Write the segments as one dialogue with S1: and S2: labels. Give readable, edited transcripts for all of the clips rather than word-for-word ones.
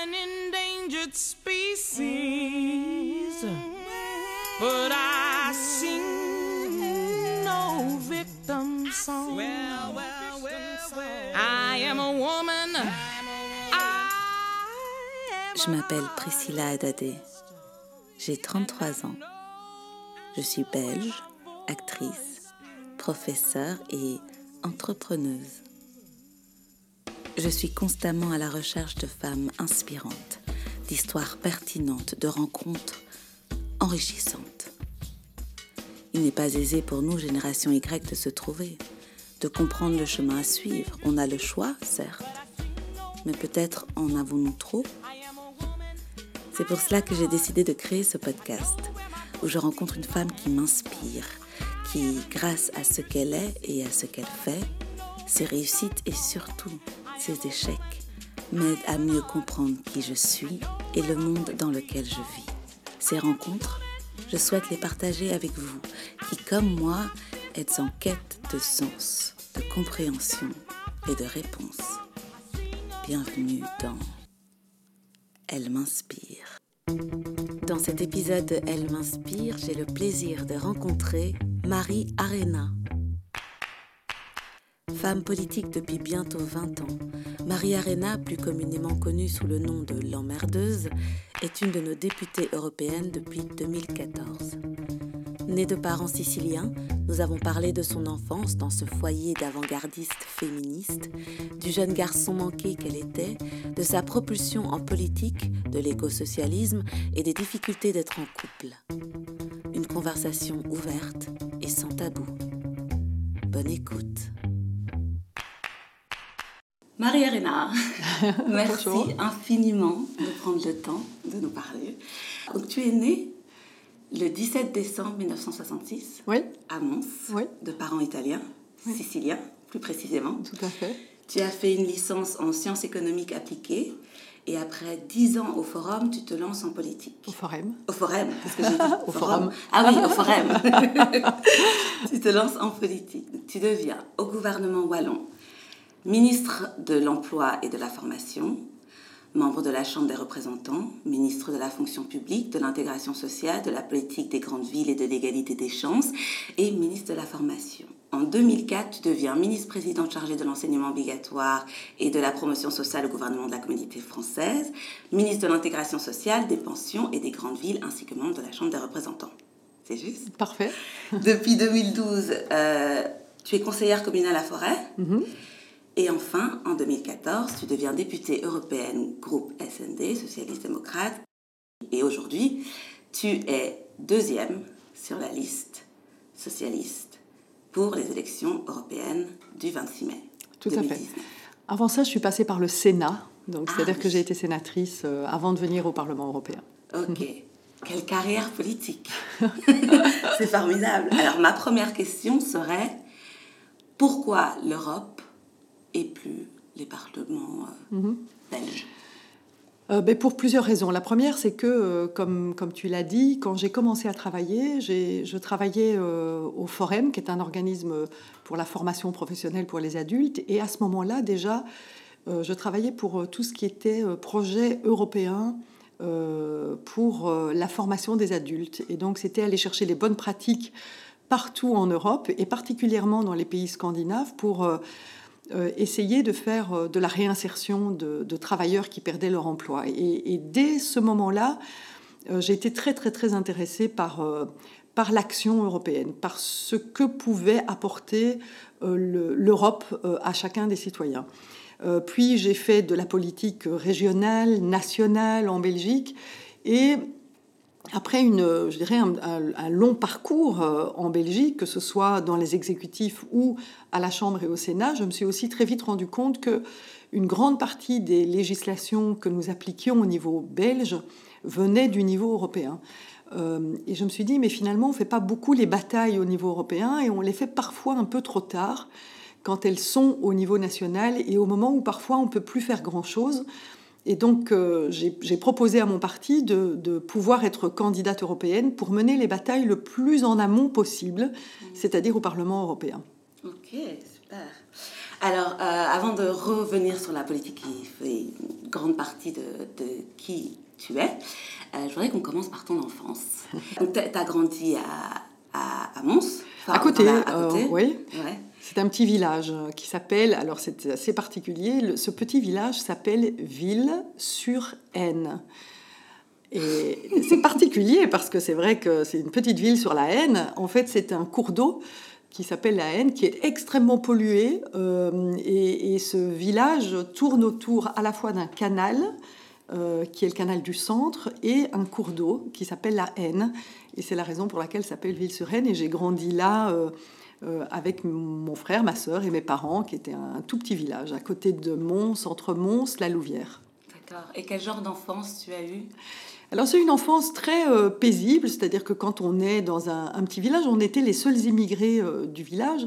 S1: an endangered species, but I sing no victim song. I am a woman.
S2: Je m'appelle Priscilla Haddadé. J'ai 33 ans. Je suis belge, actrice, professeure et entrepreneuse. Je suis constamment à la recherche de femmes inspirantes, d'histoires pertinentes, de rencontres enrichissantes. Il n'est pas aisé pour nous, génération Y, de se trouver, de comprendre le chemin à suivre. On a le choix, certes, mais peut-être en avons-nous trop ? C'est pour cela que j'ai décidé de créer ce podcast, où je rencontre une femme qui m'inspire, qui, grâce à ce qu'elle est et à ce qu'elle fait, ses réussites et surtout ses échecs, m'aide à mieux comprendre qui je suis et le monde dans lequel je vis. Ces rencontres, je souhaite les partager avec vous, qui, comme moi, êtes en quête de sens, de compréhension et de réponse. Bienvenue dans Elle m'inspire. Dans cet épisode de Elle m'inspire, j'ai le plaisir de rencontrer Marie Arena. Femme politique depuis bientôt 20 ans, Marie Arena, plus communément connue sous le nom de l'emmerdeuse, est une de nos députées européennes depuis 2014. Née de parents siciliens, nous avons parlé de son enfance dans ce foyer d'avant-gardistes féministes, du jeune garçon manqué qu'elle était, de sa propulsion en politique, de l'écosocialisme et des difficultés d'être en couple. Une conversation ouverte et sans tabou. Bonne écoute. Marie Arena, merci infiniment de prendre le temps de nous parler. Donc, tu es née le 17 décembre 1966,
S3: oui.
S2: À Mons,
S3: oui.
S2: De parents italiens, oui. Siciliens plus précisément.
S3: Tout à fait.
S2: Tu as fait une licence en sciences économiques appliquées et après 10 ans au Forum, tu te lances en politique.
S3: Au Forum.
S2: Au Forum, qu'est-ce que j'ai dit?
S3: Au Forum.
S2: Ah oui, au Forum. Tu te lances en politique. Tu deviens au gouvernement wallon ministre de l'Emploi et de la Formation, membre de la Chambre des représentants, ministre de la fonction publique, de l'intégration sociale, de la politique des grandes villes et de l'égalité des chances, et ministre de la formation. En 2004, tu deviens ministre-présidente chargée de l'enseignement obligatoire et de la promotion sociale au gouvernement de la Communauté française, ministre de l'intégration sociale, des pensions et des grandes villes, ainsi que membre de la Chambre des représentants. C'est juste ?
S3: Parfait.
S2: Depuis 2012, tu es conseillère communale à Forêt. Mm-hmm. Et enfin, en 2014, tu deviens députée européenne groupe SND, socialiste-démocrate. Et aujourd'hui, tu es deuxième sur la liste socialiste pour les élections européennes du 26 mai 2019.
S3: Tout à fait. Avant ça, je suis passée par le Sénat. Donc, c'est-à-dire que j'ai été sénatrice avant de venir au Parlement européen.
S2: Ok. Quelle carrière politique. C'est formidable. Alors, ma première question serait, pourquoi l'Europe et plus les parlements belges?
S3: Pour plusieurs raisons. La première, c'est que, comme tu l'as dit, quand j'ai commencé à travailler, je travaillais au Forum, qui est un organisme pour la formation professionnelle pour les adultes. Et à ce moment-là, déjà, je travaillais pour tout ce qui était projet européen pour la formation des adultes. Et donc, c'était aller chercher les bonnes pratiques partout en Europe, et particulièrement dans les pays scandinaves, pour essayer de faire de la réinsertion de travailleurs qui perdaient leur emploi. Et dès ce moment-là, j'ai été très, très, très intéressée par l'action européenne, par ce que pouvait apporter l'Europe à chacun des citoyens. Puis j'ai fait de la politique régionale, nationale en Belgique, et après un long parcours en Belgique, que ce soit dans les exécutifs ou à la Chambre et au Sénat, je me suis aussi très vite rendu compte qu'une grande partie des législations que nous appliquions au niveau belge venaient du niveau européen. Et je me suis dit, mais finalement, on ne fait pas beaucoup les batailles au niveau européen et on les fait parfois un peu trop tard quand elles sont au niveau national et au moment où parfois on ne peut plus faire grand-chose. Et donc, j'ai proposé à mon parti de pouvoir être candidate européenne pour mener les batailles le plus en amont possible, c'est-à-dire au Parlement européen.
S2: Ok, super. Alors, avant de revenir sur la politique qui fait une grande partie de qui tu es, je voudrais qu'on commence par ton enfance. Donc, tu as grandi à Mons,
S3: à côté, oui.
S2: Ouais.
S3: C'est un petit village qui s'appelle, alors c'est assez particulier, ce petit village s'appelle Ville-sur-Aisne. Et c'est particulier parce que c'est vrai que c'est une petite ville sur la Aisne. En fait, c'est un cours d'eau qui s'appelle la Aisne, qui est extrêmement pollué. Et ce village tourne autour à la fois d'un canal, qui est le canal du centre, et un cours d'eau qui s'appelle la Aisne. Et c'est la raison pour laquelle ça s'appelle Ville-sur-Aisne. Et j'ai grandi là avec mon frère, ma sœur et mes parents, qui étaient un tout petit village, à côté de Mons, entre Mons, la Louvière.
S2: D'accord. Et quel genre d'enfance tu as eu ?
S3: Alors c'est une enfance très paisible, c'est-à-dire que quand on est dans un petit village, on était les seuls immigrés du village.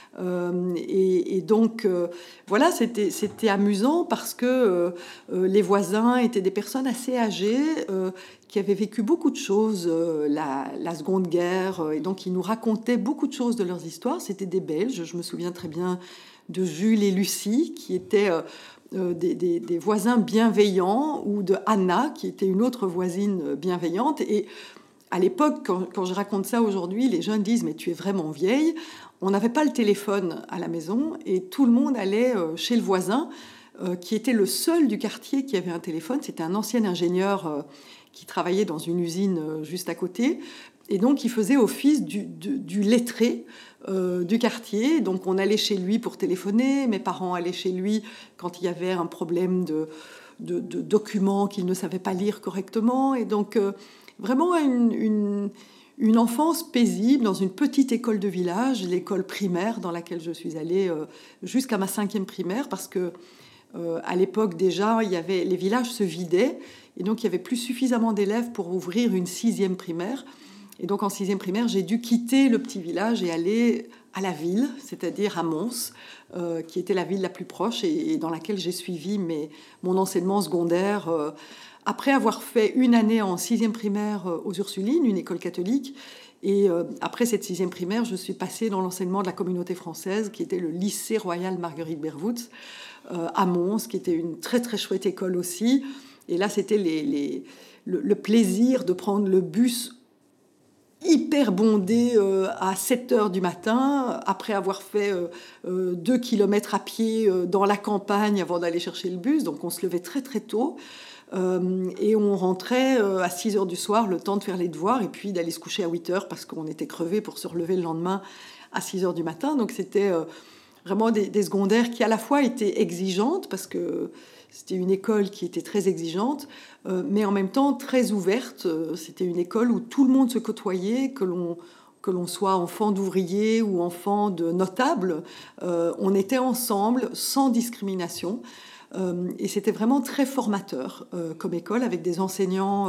S3: Et donc, voilà, c'était amusant parce que les voisins étaient des personnes assez âgées qui avaient vécu beaucoup de choses, la Seconde Guerre, et donc ils nous racontaient beaucoup de choses de leurs histoires. C'était des Belges, je me souviens très bien de Jules et Lucie, qui étaient des voisins bienveillants, ou de Anna, qui était une autre voisine bienveillante. Et à l'époque, quand je raconte ça aujourd'hui, les jeunes disent « mais tu es vraiment vieille ». On n'avait pas le téléphone à la maison et tout le monde allait chez le voisin, qui était le seul du quartier qui avait un téléphone. C'était un ancien ingénieur qui travaillait dans une usine juste à côté. Et donc, il faisait office du lettré du quartier. Donc, on allait chez lui pour téléphoner. Mes parents allaient chez lui quand il y avait un problème de documents qu'ils ne savaient pas lire correctement. Et donc, vraiment une enfance paisible dans une petite école de village, l'école primaire dans laquelle je suis allée jusqu'à ma 5e primaire, parce que à l'époque déjà, les villages se vidaient, et donc il y avait plus suffisamment d'élèves pour ouvrir une 6e primaire. Et donc en 6e primaire, j'ai dû quitter le petit village et aller à la ville, c'est-à-dire à Mons, qui était la ville la plus proche et dans laquelle j'ai suivi mon enseignement secondaire. Après avoir fait une année en 6e primaire aux Ursulines, une école catholique, et après cette 6e primaire, je suis passée dans l'enseignement de la communauté française, qui était le lycée royal Marguerite Bervoets, à Mons, qui était une très très chouette école aussi. Et là, c'était le plaisir de prendre le bus hyper bondé à 7h du matin, après avoir fait 2 kilomètres à pied dans la campagne avant d'aller chercher le bus. Donc on se levait très très tôt. Et on rentrait à 6h du soir, le temps de faire les devoirs, et puis d'aller se coucher à 8h parce qu'on était crevés pour se relever le lendemain à 6h du matin. Donc c'était vraiment des secondaires qui à la fois étaient exigeantes, parce que c'était une école qui était très exigeante, mais en même temps très ouverte. C'était une école où tout le monde se côtoyait, que l'on soit enfant d'ouvrier ou enfant de notable. On était ensemble, sans discrimination. Et c'était vraiment très formateur comme école, avec des enseignants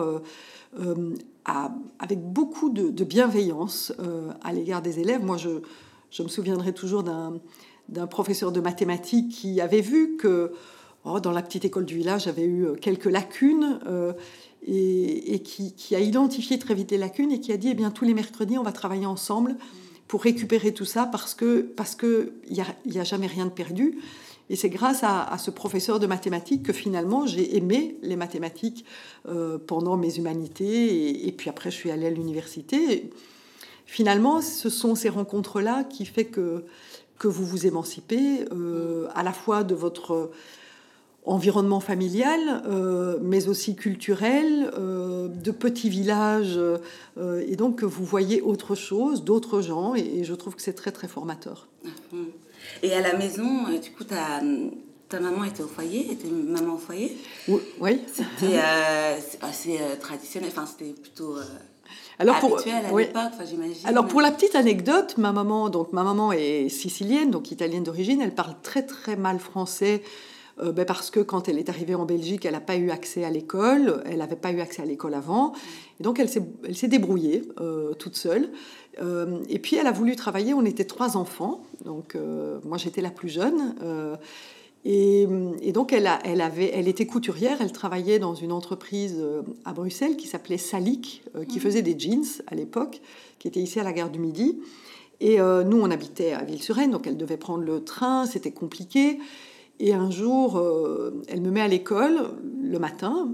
S3: avec beaucoup de bienveillance à l'égard des élèves. Moi, je me souviendrai toujours d'un professeur de mathématiques qui avait vu que dans la petite école du village, j'avais eu quelques lacunes et qui a identifié très vite les lacunes et qui a dit, eh bien, tous les mercredis, on va travailler ensemble pour récupérer tout ça parce que y a jamais rien de perdu. Et c'est grâce à ce professeur de mathématiques que finalement j'ai aimé les mathématiques pendant mes humanités. Et puis après, je suis allée à l'université. Et finalement, ce sont ces rencontres-là qui font que vous vous émancipez à la fois de votre environnement familial, mais aussi culturel, de petits villages, et donc que vous voyez autre chose, d'autres gens, et je trouve que c'est très très formateur.
S2: Et à la maison, du coup, ta maman était au foyer, était maman au foyer ?
S3: Oui.
S2: C'était assez traditionnel, enfin c'était plutôt habituel à
S3: oui.
S2: l'époque, j'imagine.
S3: Alors pour la petite anecdote, ma maman est sicilienne, donc italienne d'origine, elle parle très très mal français. Parce que quand elle est arrivée en Belgique, elle n'a pas eu accès à l'école, elle n'avait pas eu accès à l'école avant, et donc elle s'est débrouillée toute seule. Et puis elle a voulu travailler, on était 3 enfants, donc moi j'étais la plus jeune, et donc elle était couturière, elle travaillait dans une entreprise à Bruxelles qui s'appelait Salic, qui faisait des jeans à l'époque, qui était ici à la gare du Midi. Et nous, on habitait à Ville-sur-Aisne, donc elle devait prendre le train, c'était compliqué. Et un jour, elle me met à l'école le matin,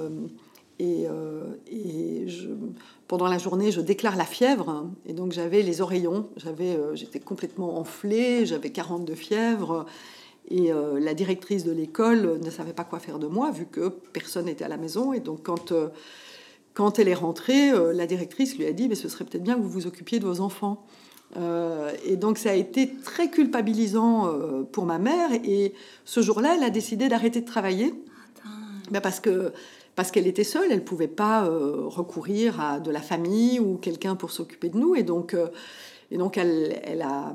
S3: pendant la journée, je déclare la fièvre, et donc j'avais les oreillons, j'étais complètement enflée, j'avais 40 de fièvre, et la directrice de l'école ne savait pas quoi faire de moi, vu que personne n'était à la maison. Et donc quand elle est rentrée, la directrice lui a dit « ce serait peut-être bien que vous vous occupiez de vos enfants ». Et donc ça a été très culpabilisant pour ma mère, et ce jour-là elle a décidé d'arrêter de travailler parce qu'elle était seule, elle pouvait pas recourir à de la famille ou quelqu'un pour s'occuper de nous, et donc elle a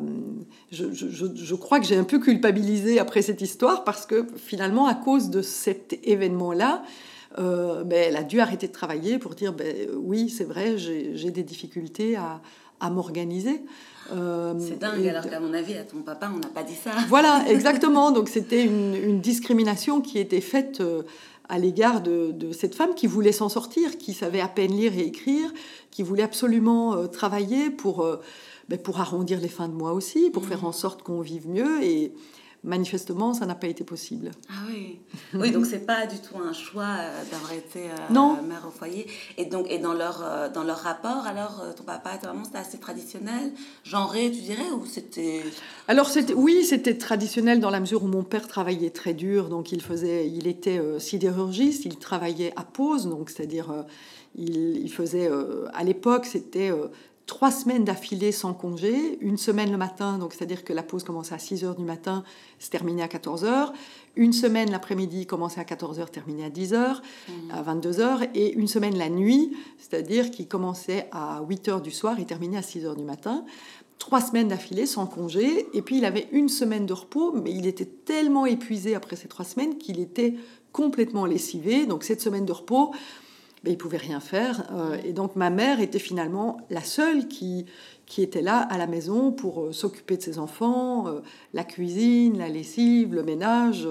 S3: je crois que j'ai un peu culpabilisé après cette histoire, parce que finalement à cause de cet événement-là elle a dû arrêter de travailler pour dire oui, c'est vrai, j'ai des difficultés à m'organiser.
S2: C'est dingue, alors qu'à mon avis, à ton papa, on n'a pas dit ça.
S3: Voilà, exactement. Donc c'était une discrimination qui était faite à l'égard de cette femme qui voulait s'en sortir, qui savait à peine lire et écrire, qui voulait absolument travailler pour arrondir les fins de mois aussi, pour faire en sorte qu'on vive mieux. Et manifestement, ça n'a pas été possible.
S2: Ah oui. Oui, donc c'est pas du tout un choix d'avoir été mère au foyer. Et donc, dans leur rapport, alors ton papa et ta maman, c'était assez traditionnel, genré, tu dirais, ou c'était...
S3: Alors c'était traditionnel dans la mesure où mon père travaillait très dur, donc il était sidérurgiste, il travaillait à pause, donc c'est-à-dire il faisait à l'époque c'était 3 semaines d'affilée sans congé, une semaine le matin, donc c'est-à-dire que la pause commençait à 6h du matin, se terminait à 14h, une semaine l'après-midi commençait à 14h, terminait à 10h, à 22h, et une semaine la nuit, c'est-à-dire qu'il commençait à 8h du soir et terminait à 6h du matin. 3 semaines d'affilée sans congé, et puis il avait une semaine de repos, mais il était tellement épuisé après ces 3 semaines qu'il était complètement lessivé, donc cette semaine de repos... il ne pouvait rien faire. Et donc, ma mère était finalement la seule qui était là à la maison pour s'occuper de ses enfants, la cuisine, la lessive, le ménage.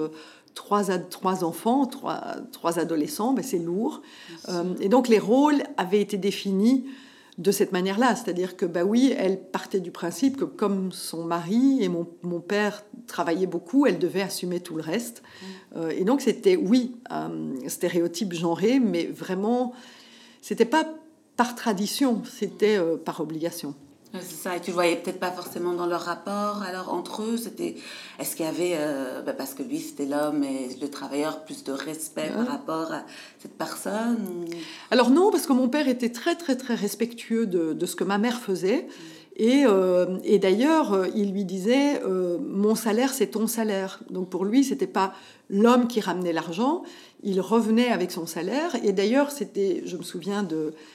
S3: 3 enfants, 3 adolescents, c'est lourd. Et donc, les rôles avaient été définis de cette manière-là. C'est-à-dire que, elle partait du principe que comme son mari et mon père travaillaient beaucoup, elle devait assumer tout le reste. Et donc, c'était, un stéréotype genré, mais vraiment, c'était pas par tradition, c'était par obligation.
S2: C'est ça, et tu le voyais peut-être pas forcément dans leur rapport, alors entre eux, est-ce qu'il y avait, parce que lui c'était l'homme et le travailleur, plus de respect par rapport à cette personne ou...
S3: Alors non, parce que mon père était très très très respectueux de ce que ma mère faisait, et d'ailleurs il lui disait mon salaire c'est ton salaire, donc pour lui c'était pas l'homme qui ramenait l'argent, il revenait avec son salaire, et d'ailleurs je me souviens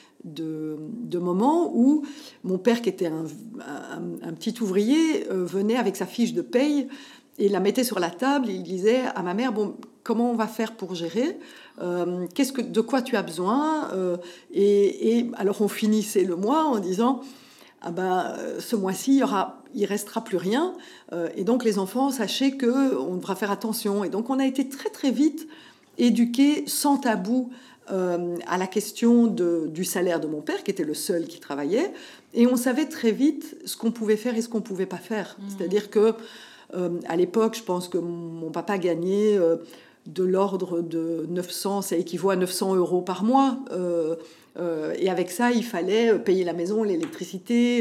S3: de moments où mon père, qui était un petit ouvrier, venait avec sa fiche de paye et la mettait sur la table, et il disait à ma mère, comment on va faire pour gérer, de quoi tu as besoin, et alors on finissait le mois en disant ce mois-ci il restera plus rien, et donc les enfants, sachez que on devra faire attention. Et donc on a été très très vite éduqués sans tabou à la question du salaire de mon père, qui était le seul qui travaillait, et on savait très vite ce qu'on pouvait faire et ce qu'on pouvait pas faire. C'est-à-dire que à l'époque, je pense que mon papa gagnait de l'ordre de 900, ça équivaut à 900 € par mois. Et avec ça, il fallait payer la maison, l'électricité,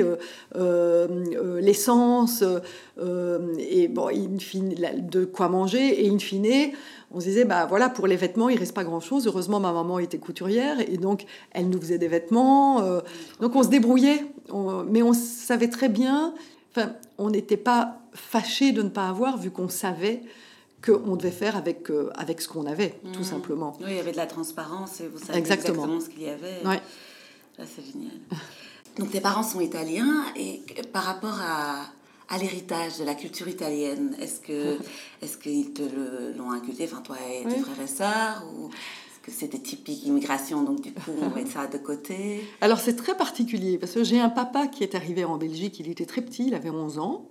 S3: l'essence, et de quoi manger. Et in fine, on se disait, pour les vêtements, il reste pas grand-chose. Heureusement, ma maman était couturière, et donc elle nous faisait des vêtements. Donc on se débrouillait, mais on savait très bien... on n'était pas fâchés de ne pas avoir, vu qu'on savait qu'on devait faire avec ce qu'on avait, tout simplement.
S2: Oui, il y avait de la transparence et vous savez exactement ce qu'il y avait.
S3: Ouais.
S2: Là, c'est génial. Donc, tes parents sont italiens, et par rapport à l'héritage de la culture italienne, est-ce qu'ils te l'ont inculqué, enfin, toi et tes frères et sœurs, ou est-ce que c'était typique immigration, donc du coup, on met ça de côté? Alors,
S3: c'est très particulier, parce que j'ai un papa qui est arrivé en Belgique, il était très petit, il avait 11 ans,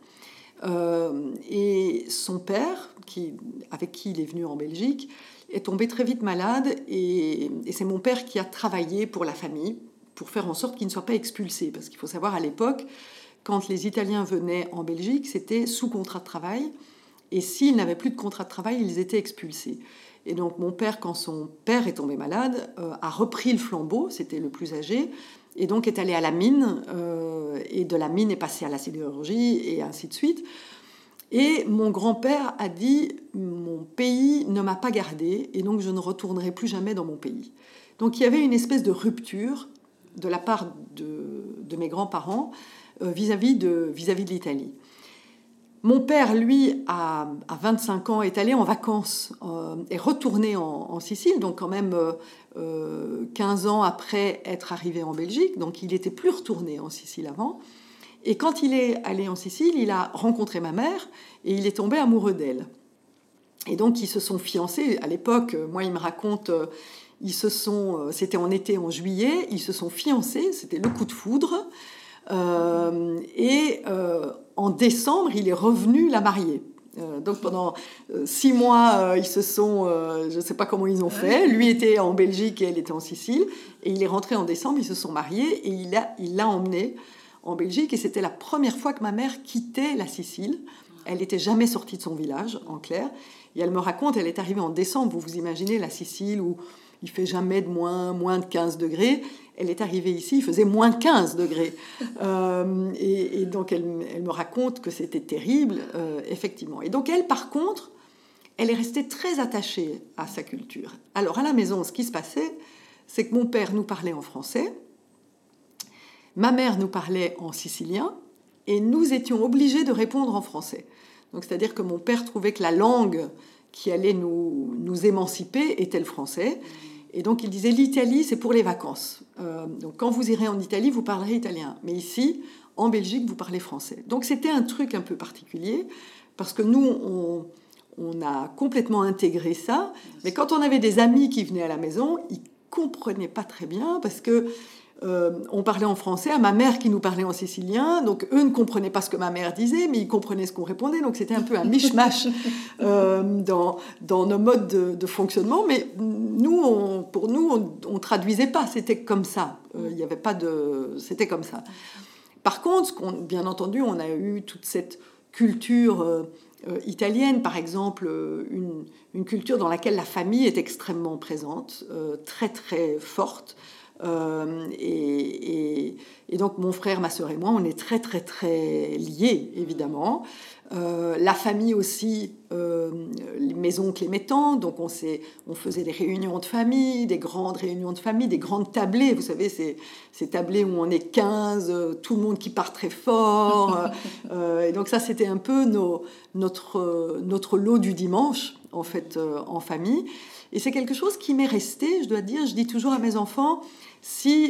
S3: et son père, avec qui il est venu en Belgique, est tombé très vite malade, et c'est mon père qui a travaillé pour la famille, pour faire en sorte qu'il ne soit pas expulsé, parce qu'il faut savoir à l'époque quand les Italiens venaient en Belgique, c'était sous contrat de travail. Et s'ils n'avaient plus de contrat de travail, ils étaient expulsés. Et donc mon père, quand son père est tombé malade, a repris le flambeau, c'était le plus âgé, et donc est allé à la mine, et de la mine est passé à la sidérurgie, et ainsi de suite. Et mon grand-père a dit « Mon pays ne m'a pas gardé, et donc je ne retournerai plus jamais dans mon pays ». Donc il y avait une espèce de rupture de la part de mes grands-parents vis-à-vis de l'Italie. Mon père, lui, à 25 ans, est allé en vacances, est retourné en Sicile, donc quand même 15 ans après être arrivé en Belgique, donc il n'était plus retourné en Sicile avant. Et quand il est allé en Sicile, il a rencontré ma mère et il est tombé amoureux d'elle. Et donc ils se sont fiancés. À l'époque, moi, il me raconte, c'était en été, en juillet, ils se sont fiancés, c'était le coup de foudre. En décembre, il est revenu la marier. Donc pendant 6 mois, ils se sont... je ne sais pas comment ils ont fait. Lui était en Belgique et elle était en Sicile. Et il est rentré en décembre, ils se sont mariés et il l'a emmené en Belgique. Et c'était la première fois que ma mère quittait la Sicile. Elle n'était jamais sortie de son village, en clair. Et elle me raconte, elle est arrivée en décembre. Vous imaginez la Sicile où il ne fait jamais de moins de 15 degrés. Elle est arrivée ici, il faisait moins 15 degrés. Et donc, elle me raconte que c'était terrible, effectivement. Et donc, elle, par contre, elle est restée très attachée à sa culture. Alors, à la maison, ce qui se passait, c'est que mon père nous parlait en français, ma mère nous parlait en sicilien, et nous étions obligés de répondre en français. Donc, c'est-à-dire que mon père trouvait que la langue qui allait nous émanciper était le français. Et donc, il disait, l'Italie, c'est pour les vacances. Donc, quand vous irez en Italie, vous parlerez italien. Mais ici, en Belgique, vous parlez français. Donc, c'était un truc un peu particulier, parce que nous, on a complètement intégré ça. Mais quand on avait des amis qui venaient à la maison, ils ne comprenaient pas très bien, parce que on parlait en français à ma mère qui nous parlait en sicilien. Donc, eux ne comprenaient pas ce que ma mère disait, mais ils comprenaient ce qu'on répondait. Donc, c'était un peu un mishmash dans nos modes de fonctionnement. Mais pour nous, on traduisait pas. C'était comme ça. Il y avait pas de... C'était comme ça. Par contre, bien entendu, on a eu toute cette culture italienne, par exemple, une culture dans laquelle la famille est extrêmement présente, très, très forte. Et donc mon frère, ma sœur et moi, on est très très très liés, évidemment. La famille aussi, mes oncles et mes tantes, donc on faisait des réunions de famille, des grandes réunions de famille, des grandes tablées, vous savez, ces tablées où on est 15, tout le monde qui part très fort. Et donc ça, c'était un peu notre lot du dimanche, en fait, en famille. Et c'est quelque chose qui m'est resté, je dois dire. Je dis toujours à mes enfants, si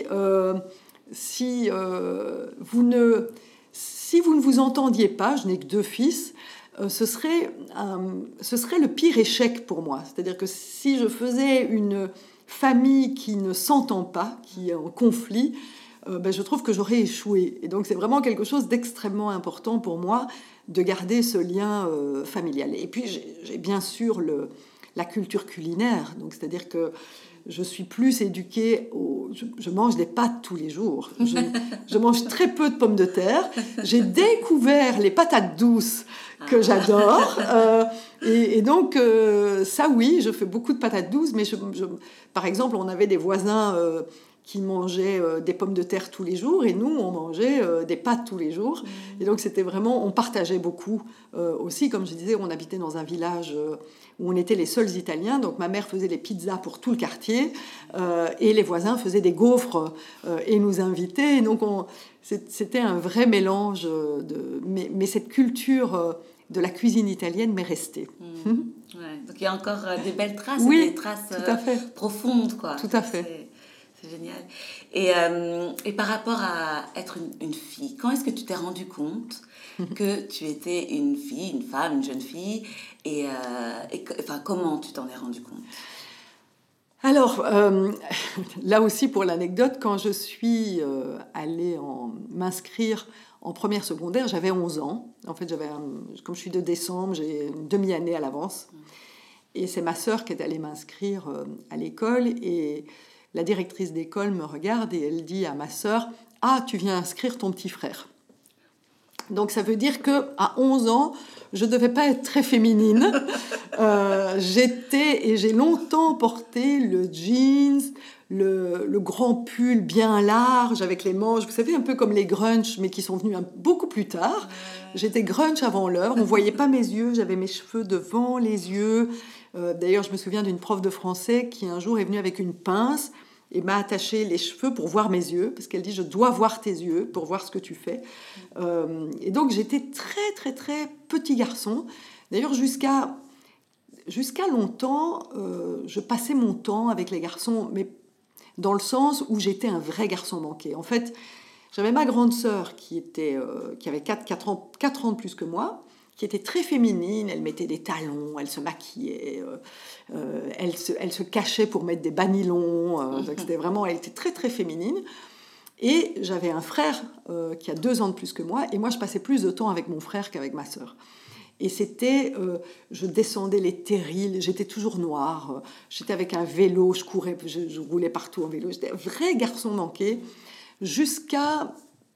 S3: vous ne vous entendiez pas, je n'ai que 2 fils, ce serait le pire échec pour moi. C'est-à-dire que si je faisais une famille qui ne s'entend pas, qui est en conflit, je trouve que j'aurais échoué. Et donc c'est vraiment quelque chose d'extrêmement important pour moi de garder ce lien familial. Et puis j'ai bien sûr la culture culinaire, donc c'est-à-dire que je suis plus éduquée je mange des pâtes tous les jours. Je mange très peu de pommes de terre. J'ai découvert les patates douces que j'adore. Et donc, ça, oui, je fais beaucoup de patates douces. Mais par exemple, on avait des voisins qui mangeaient des pommes de terre tous les jours. Et nous, on mangeait des pâtes tous les jours. Et donc, c'était vraiment... On partageait beaucoup aussi. Comme je disais, on habitait dans un village... où on était les seuls Italiens, donc ma mère faisait les pizzas pour tout le quartier, et les voisins faisaient des gaufres et nous invitaient. Et donc c'était un vrai mélange, mais cette culture de la cuisine italienne m'est restée.
S2: Ouais, donc il y a encore des belles traces,
S3: oui,
S2: des traces
S3: tout à fait.
S2: Profondes, quoi.
S3: Tout à fait.
S2: C'est génial. Et par rapport à être une fille, quand est-ce que tu t'es rendu compte que tu étais une fille, une femme, une jeune fille, enfin, comment tu t'en es rendu compte?
S3: Alors, là aussi pour l'anecdote, quand je suis allée m'inscrire en première secondaire, j'avais 11 ans. En fait, comme je suis de décembre, j'ai une demi-année à l'avance. Et c'est ma sœur qui est allée m'inscrire à l'école. Et la directrice d'école me regarde et elle dit à ma sœur « Ah, tu viens inscrire ton petit frère ». Donc ça veut dire qu'à 11 ans, je ne devais pas être très féminine. J'ai longtemps porté le jeans, le grand pull bien large avec les manches, vous savez, un peu comme les grunge, mais qui sont venus beaucoup plus tard. J'étais grunge avant l'heure, on ne voyait pas mes yeux, j'avais mes cheveux devant les yeux. D'ailleurs, je me souviens d'une prof de français qui un jour est venue avec une pince et m'a attaché les cheveux pour voir mes yeux, parce qu'elle dit « je dois voir tes yeux pour voir ce que tu fais ». Et donc, j'étais très, très, très petit garçon. D'ailleurs, jusqu'à longtemps, je passais mon temps avec les garçons, mais dans le sens où j'étais un vrai garçon manqué. En fait, j'avais ma grande sœur qui avait 4 ans de plus que moi, qui était très féminine, elle mettait des talons, elle se maquillait, elle se cachait pour mettre des bas nylons, elle était très très féminine. Et j'avais un frère qui a 2 ans de plus que moi, et moi je passais plus de temps avec mon frère qu'avec ma sœur. Et c'était, je descendais les terrils, j'étais toujours noire, j'étais avec un vélo, je courais, je roulais partout en vélo, j'étais un vrai garçon manqué, jusqu'à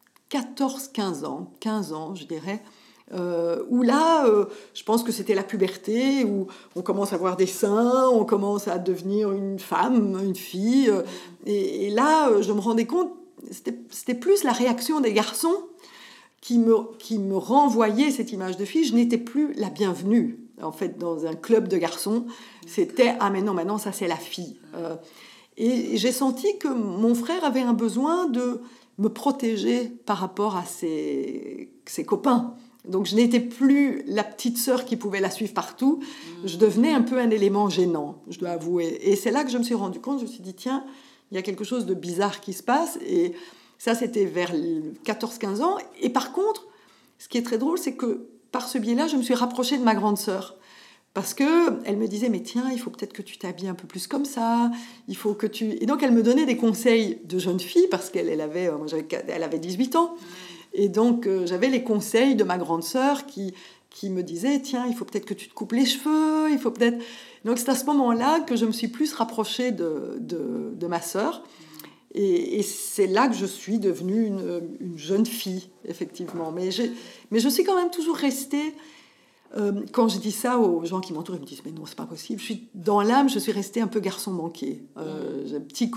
S3: 15 ans, je dirais, où là, je pense que c'était la puberté, où on commence à voir des seins, on commence à devenir une femme, une fille, et là, je me rendais compte, c'était plus la réaction des garçons qui me renvoyait cette image de fille. Je n'étais plus la bienvenue, en fait, dans un club de garçons. C'était « Ah, mais non, maintenant, ça, c'est la fille ». Et j'ai senti que mon frère avait un besoin de me protéger par rapport à ses copains. Donc, je n'étais plus la petite sœur qui pouvait la suivre partout. Je devenais un peu un élément gênant, je dois avouer. Et c'est là que je me suis rendu compte, je me suis dit « Tiens, il y a quelque chose de bizarre qui se passe ». Et ça, c'était vers 14-15 ans. Et par contre, ce qui est très drôle, c'est que par ce biais-là, je me suis rapprochée de ma grande sœur. Parce qu'elle me disait, mais tiens, il faut peut-être que tu t'habilles un peu plus comme ça. Il faut que tu... Et donc, elle me donnait des conseils de jeune fille, parce qu'elle avait 18 ans. Et donc, j'avais les conseils de ma grande sœur qui me disait, tiens, il faut peut-être que tu te coupes les cheveux, il faut peut-être... Donc, c'est à ce moment-là que je me suis plus rapprochée de ma sœur. Et c'est là que je suis devenue une jeune fille, effectivement. Mais je suis quand même toujours restée... quand je dis ça aux gens qui m'entourent, ils me disent « Mais non, c'est pas possible. » Dans l'âme, je suis restée un peu garçon manqué. J'ai un petit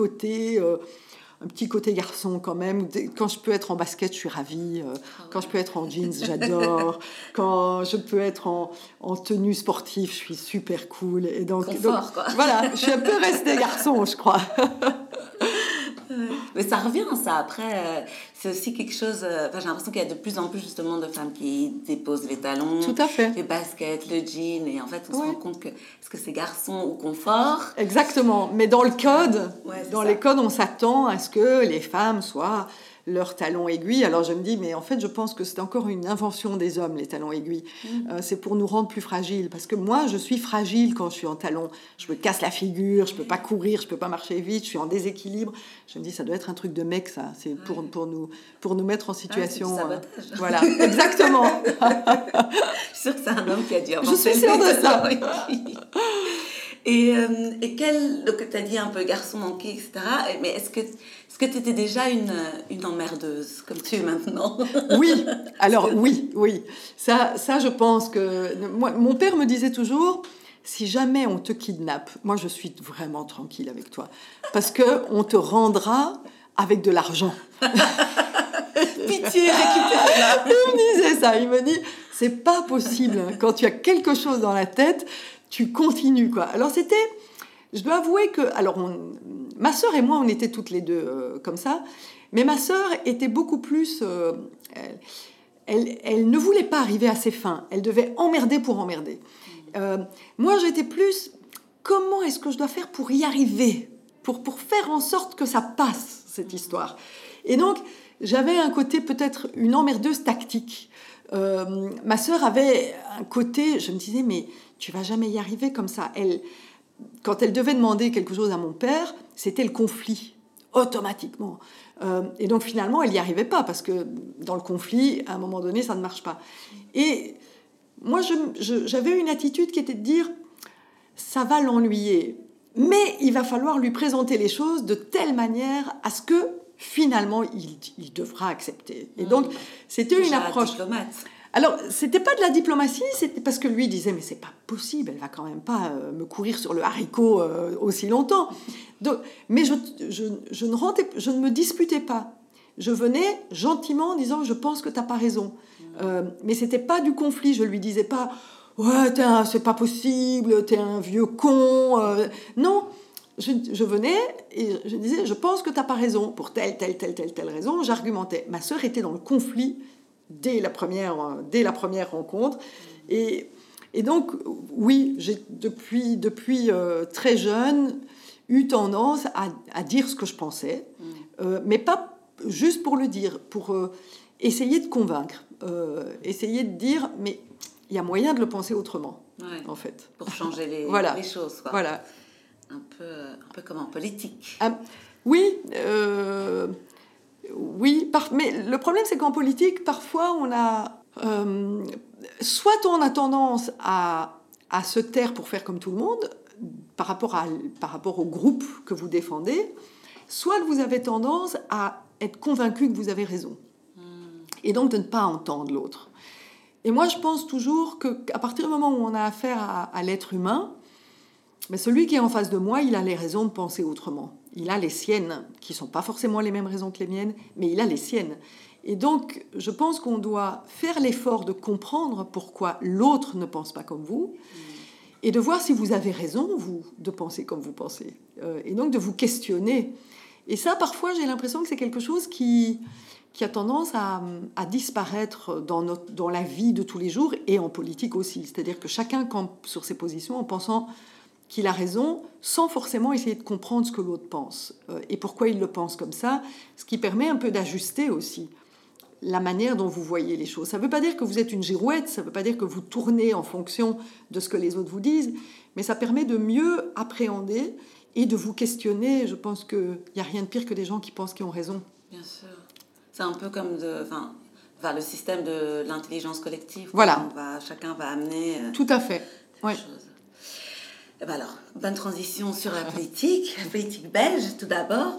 S3: côté garçon quand même. Quand je peux être en basket, je suis ravie. Quand je peux être en jeans, j'adore. Quand je peux être en tenue sportive, je suis super cool. Et donc,
S2: quoi.
S3: Voilà, je suis un peu restée garçon, je crois.
S2: Mais ça revient, ça. Après, c'est aussi quelque chose... j'ai l'impression qu'il y a de plus en plus, justement, de femmes qui déposent les talons,
S3: tout à fait,
S2: les baskets, le jean. Et en fait, on se rend compte que... Est-ce que c'est garçon ou confort?
S3: Exactement. Mais dans le code, les codes, on s'attend à ce que les femmes soient leurs talons aiguilles. Alors je me dis, mais en fait, je pense que c'est encore une invention des hommes, les talons aiguilles. C'est pour nous rendre plus fragiles. Parce que moi, je suis fragile quand je suis en talons. Je me casse la figure, je peux pas courir, je peux pas marcher vite, je suis en déséquilibre. Je me dis, ça doit être un truc de mec, ça. C'est pour nous mettre en situation.
S2: C'est du sabotage.
S3: Voilà, exactement.
S2: Je suis sûre que c'est un homme qui a dû inventer.
S3: Je suis sûre de ça.
S2: Et donc tu as dit un peu garçon manqué, etc. Mais est-ce que tu étais déjà une emmerdeuse, comme tu es maintenant?
S3: Oui, alors oui. Ça, je pense que... mon père me disait toujours, si jamais on te kidnappe, moi je suis vraiment tranquille avec toi, parce qu'on te rendra avec de l'argent.
S2: Pitié, récupère-la.
S3: Il me disait ça, il me dit, c'est pas possible, hein, quand tu as quelque chose dans la tête, tu continues, quoi. Alors je dois avouer que, ma sœur et moi, on était toutes les deux comme ça, mais ma sœur était beaucoup plus, elle ne voulait pas arriver à ses fins, elle devait emmerder pour emmerder. Moi, j'étais plus, comment est-ce que je dois faire pour y arriver, pour faire en sorte que ça passe, cette histoire. Et donc, j'avais un côté peut-être une emmerdeuse tactique. Ma sœur avait un côté, je me disais, mais tu vas jamais y arriver comme ça. Quand elle devait demander quelque chose à mon père, c'était le conflit, automatiquement. Et donc finalement, elle n'y arrivait pas, parce que dans le conflit, à un moment donné, ça ne marche pas. Et moi, j'avais une attitude qui était de dire, ça va l'ennuyer, mais il va falloir lui présenter les choses de telle manière à ce que finalement, il devra accepter. Et donc, c'était
S2: déjà
S3: une approche...
S2: diplomate.
S3: Alors, c'était pas de la diplomatie, c'était parce que lui disait, mais c'est pas possible, elle va quand même pas me courir sur le haricot aussi longtemps. Donc, mais je ne me disputais pas. Je venais gentiment en disant, je pense que t'as pas raison. Mais c'était pas du conflit, je lui disais pas, ouais, c'est pas possible, t'es un vieux con. Non, je venais et je disais, je pense que t'as pas raison, pour telle raison, j'argumentais. Ma sœur était dans le conflit dès la première rencontre. Et donc, oui, j'ai depuis très jeune eu tendance à dire ce que je pensais, mais pas juste pour le dire, pour essayer de convaincre, essayer de dire, mais il y a moyen de le penser autrement, en fait.
S2: Pour changer les choses, quoi.
S3: Voilà.
S2: Un peu comme en politique.
S3: Oui, mais le problème, c'est qu'en politique, parfois, on a... soit on a tendance à se taire pour faire comme tout le monde, par rapport au groupe que vous défendez, soit vous avez tendance à être convaincu que vous avez raison. Et donc de ne pas entendre l'autre. Et moi, je pense toujours qu'à partir du moment où on a affaire à l'être humain, mais celui qui est en face de moi, il a les raisons de penser autrement. Il a les siennes, qui ne sont pas forcément les mêmes raisons que les miennes, mais il a les siennes. Et donc, je pense qu'on doit faire l'effort de comprendre pourquoi l'autre ne pense pas comme vous, et de voir si vous avez raison, vous, de penser comme vous pensez. Et donc, de vous questionner. Et ça, parfois, j'ai l'impression que c'est quelque chose qui a tendance à disparaître dans la vie de tous les jours, et en politique aussi. C'est-à-dire que chacun campe sur ses positions en pensant qu'il a raison, sans forcément essayer de comprendre ce que l'autre pense et pourquoi il le pense comme ça, ce qui permet un peu d'ajuster aussi la manière dont vous voyez les choses. Ça ne veut pas dire que vous êtes une girouette, ça ne veut pas dire que vous tournez en fonction de ce que les autres vous disent, mais ça permet de mieux appréhender et de vous questionner. Je pense qu'il n'y a rien de pire que des gens qui pensent qu'ils ont raison.
S2: Bien sûr. C'est un peu comme le système de l'intelligence collective.
S3: Voilà.
S2: Chacun va amener...
S3: Tout à fait. Ouais.
S2: Alors, bonne transition sur la politique belge, tout d'abord.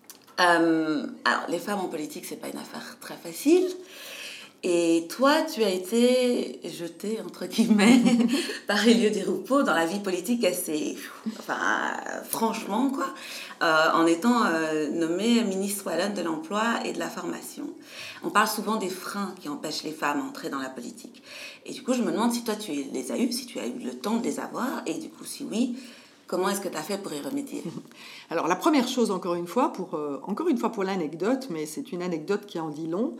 S2: Alors, les femmes en politique, c'est pas une affaire très facile. Et toi, tu as été jetée, entre guillemets, par Elio Di Rupo dans la vie politique assez... franchement, quoi. En étant nommée ministre wallonne de l'Emploi et de la Formation. On parle souvent des freins qui empêchent les femmes d'entrer dans la politique. Et du coup, je me demande si toi, tu les as eus, si tu as eu le temps de les avoir. Et du coup, si oui, comment est-ce que tu as fait pour y remédier ?
S3: Alors, la première chose, encore une fois pour l'anecdote, mais c'est une anecdote qui en dit long...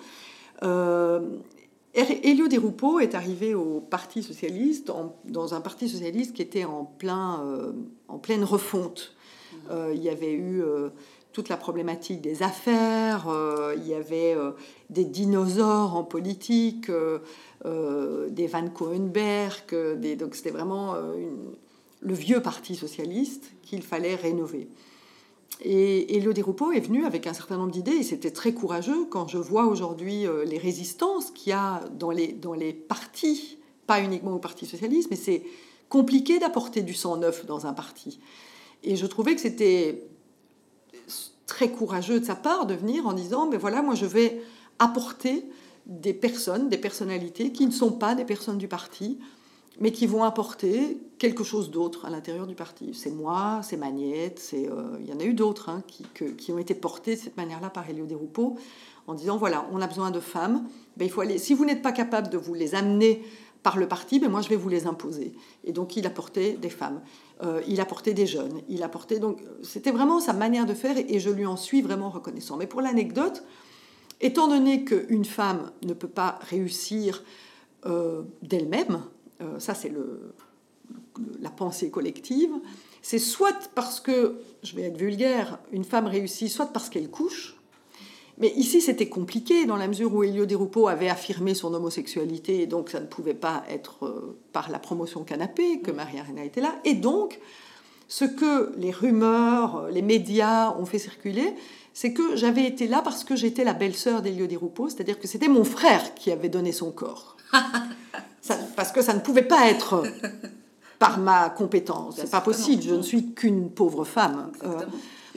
S3: Elio Di Rupo est arrivé au Parti socialiste, dans un Parti socialiste qui était en pleine refonte. Il y avait eu toute la problématique des affaires, il y avait des dinosaures en politique, des Van Coenberg, donc c'était vraiment le vieux Parti socialiste qu'il fallait rénover. Et Elio Di Rupo est venu avec un certain nombre d'idées, et c'était très courageux quand je vois aujourd'hui les résistances qu'il y a dans les partis, pas uniquement au Parti socialiste, mais c'est compliqué d'apporter du sang neuf dans un parti. Et je trouvais que c'était très courageux de sa part de venir en disant, mais voilà, moi je vais apporter des personnalités qui ne sont pas des personnes du parti, mais qui vont apporter quelque chose d'autre à l'intérieur du parti. C'est moi, c'est Magnette, il y en a eu d'autres qui ont été portés de cette manière-là par Elio Di Rupo, en disant, voilà, on a besoin de femmes, il faut aller, si vous n'êtes pas capable de vous les amener par le parti, moi je vais vous les imposer. Et donc il apportait des femmes, il apportait des jeunes, donc c'était vraiment sa manière de faire, et je lui en suis vraiment reconnaissant. Mais pour l'anecdote, étant donné qu'une femme ne peut pas réussir d'elle-même, ça c'est la pensée collective, c'est soit parce que, je vais être vulgaire, une femme réussit, soit parce qu'elle couche. Mais ici c'était compliqué dans la mesure où Elio Di Rupo avait affirmé son homosexualité, et donc ça ne pouvait pas être par la promotion canapé que Maria Arena était là. Et donc ce que les rumeurs, les médias ont fait circuler, c'est que j'avais été là parce que j'étais la belle-sœur d'Elio Di Rupo, c'est-à-dire que c'était mon frère qui avait donné son corps. Parce que ça ne pouvait pas être par ma compétence. C'est pas possible, je ne suis qu'une pauvre femme.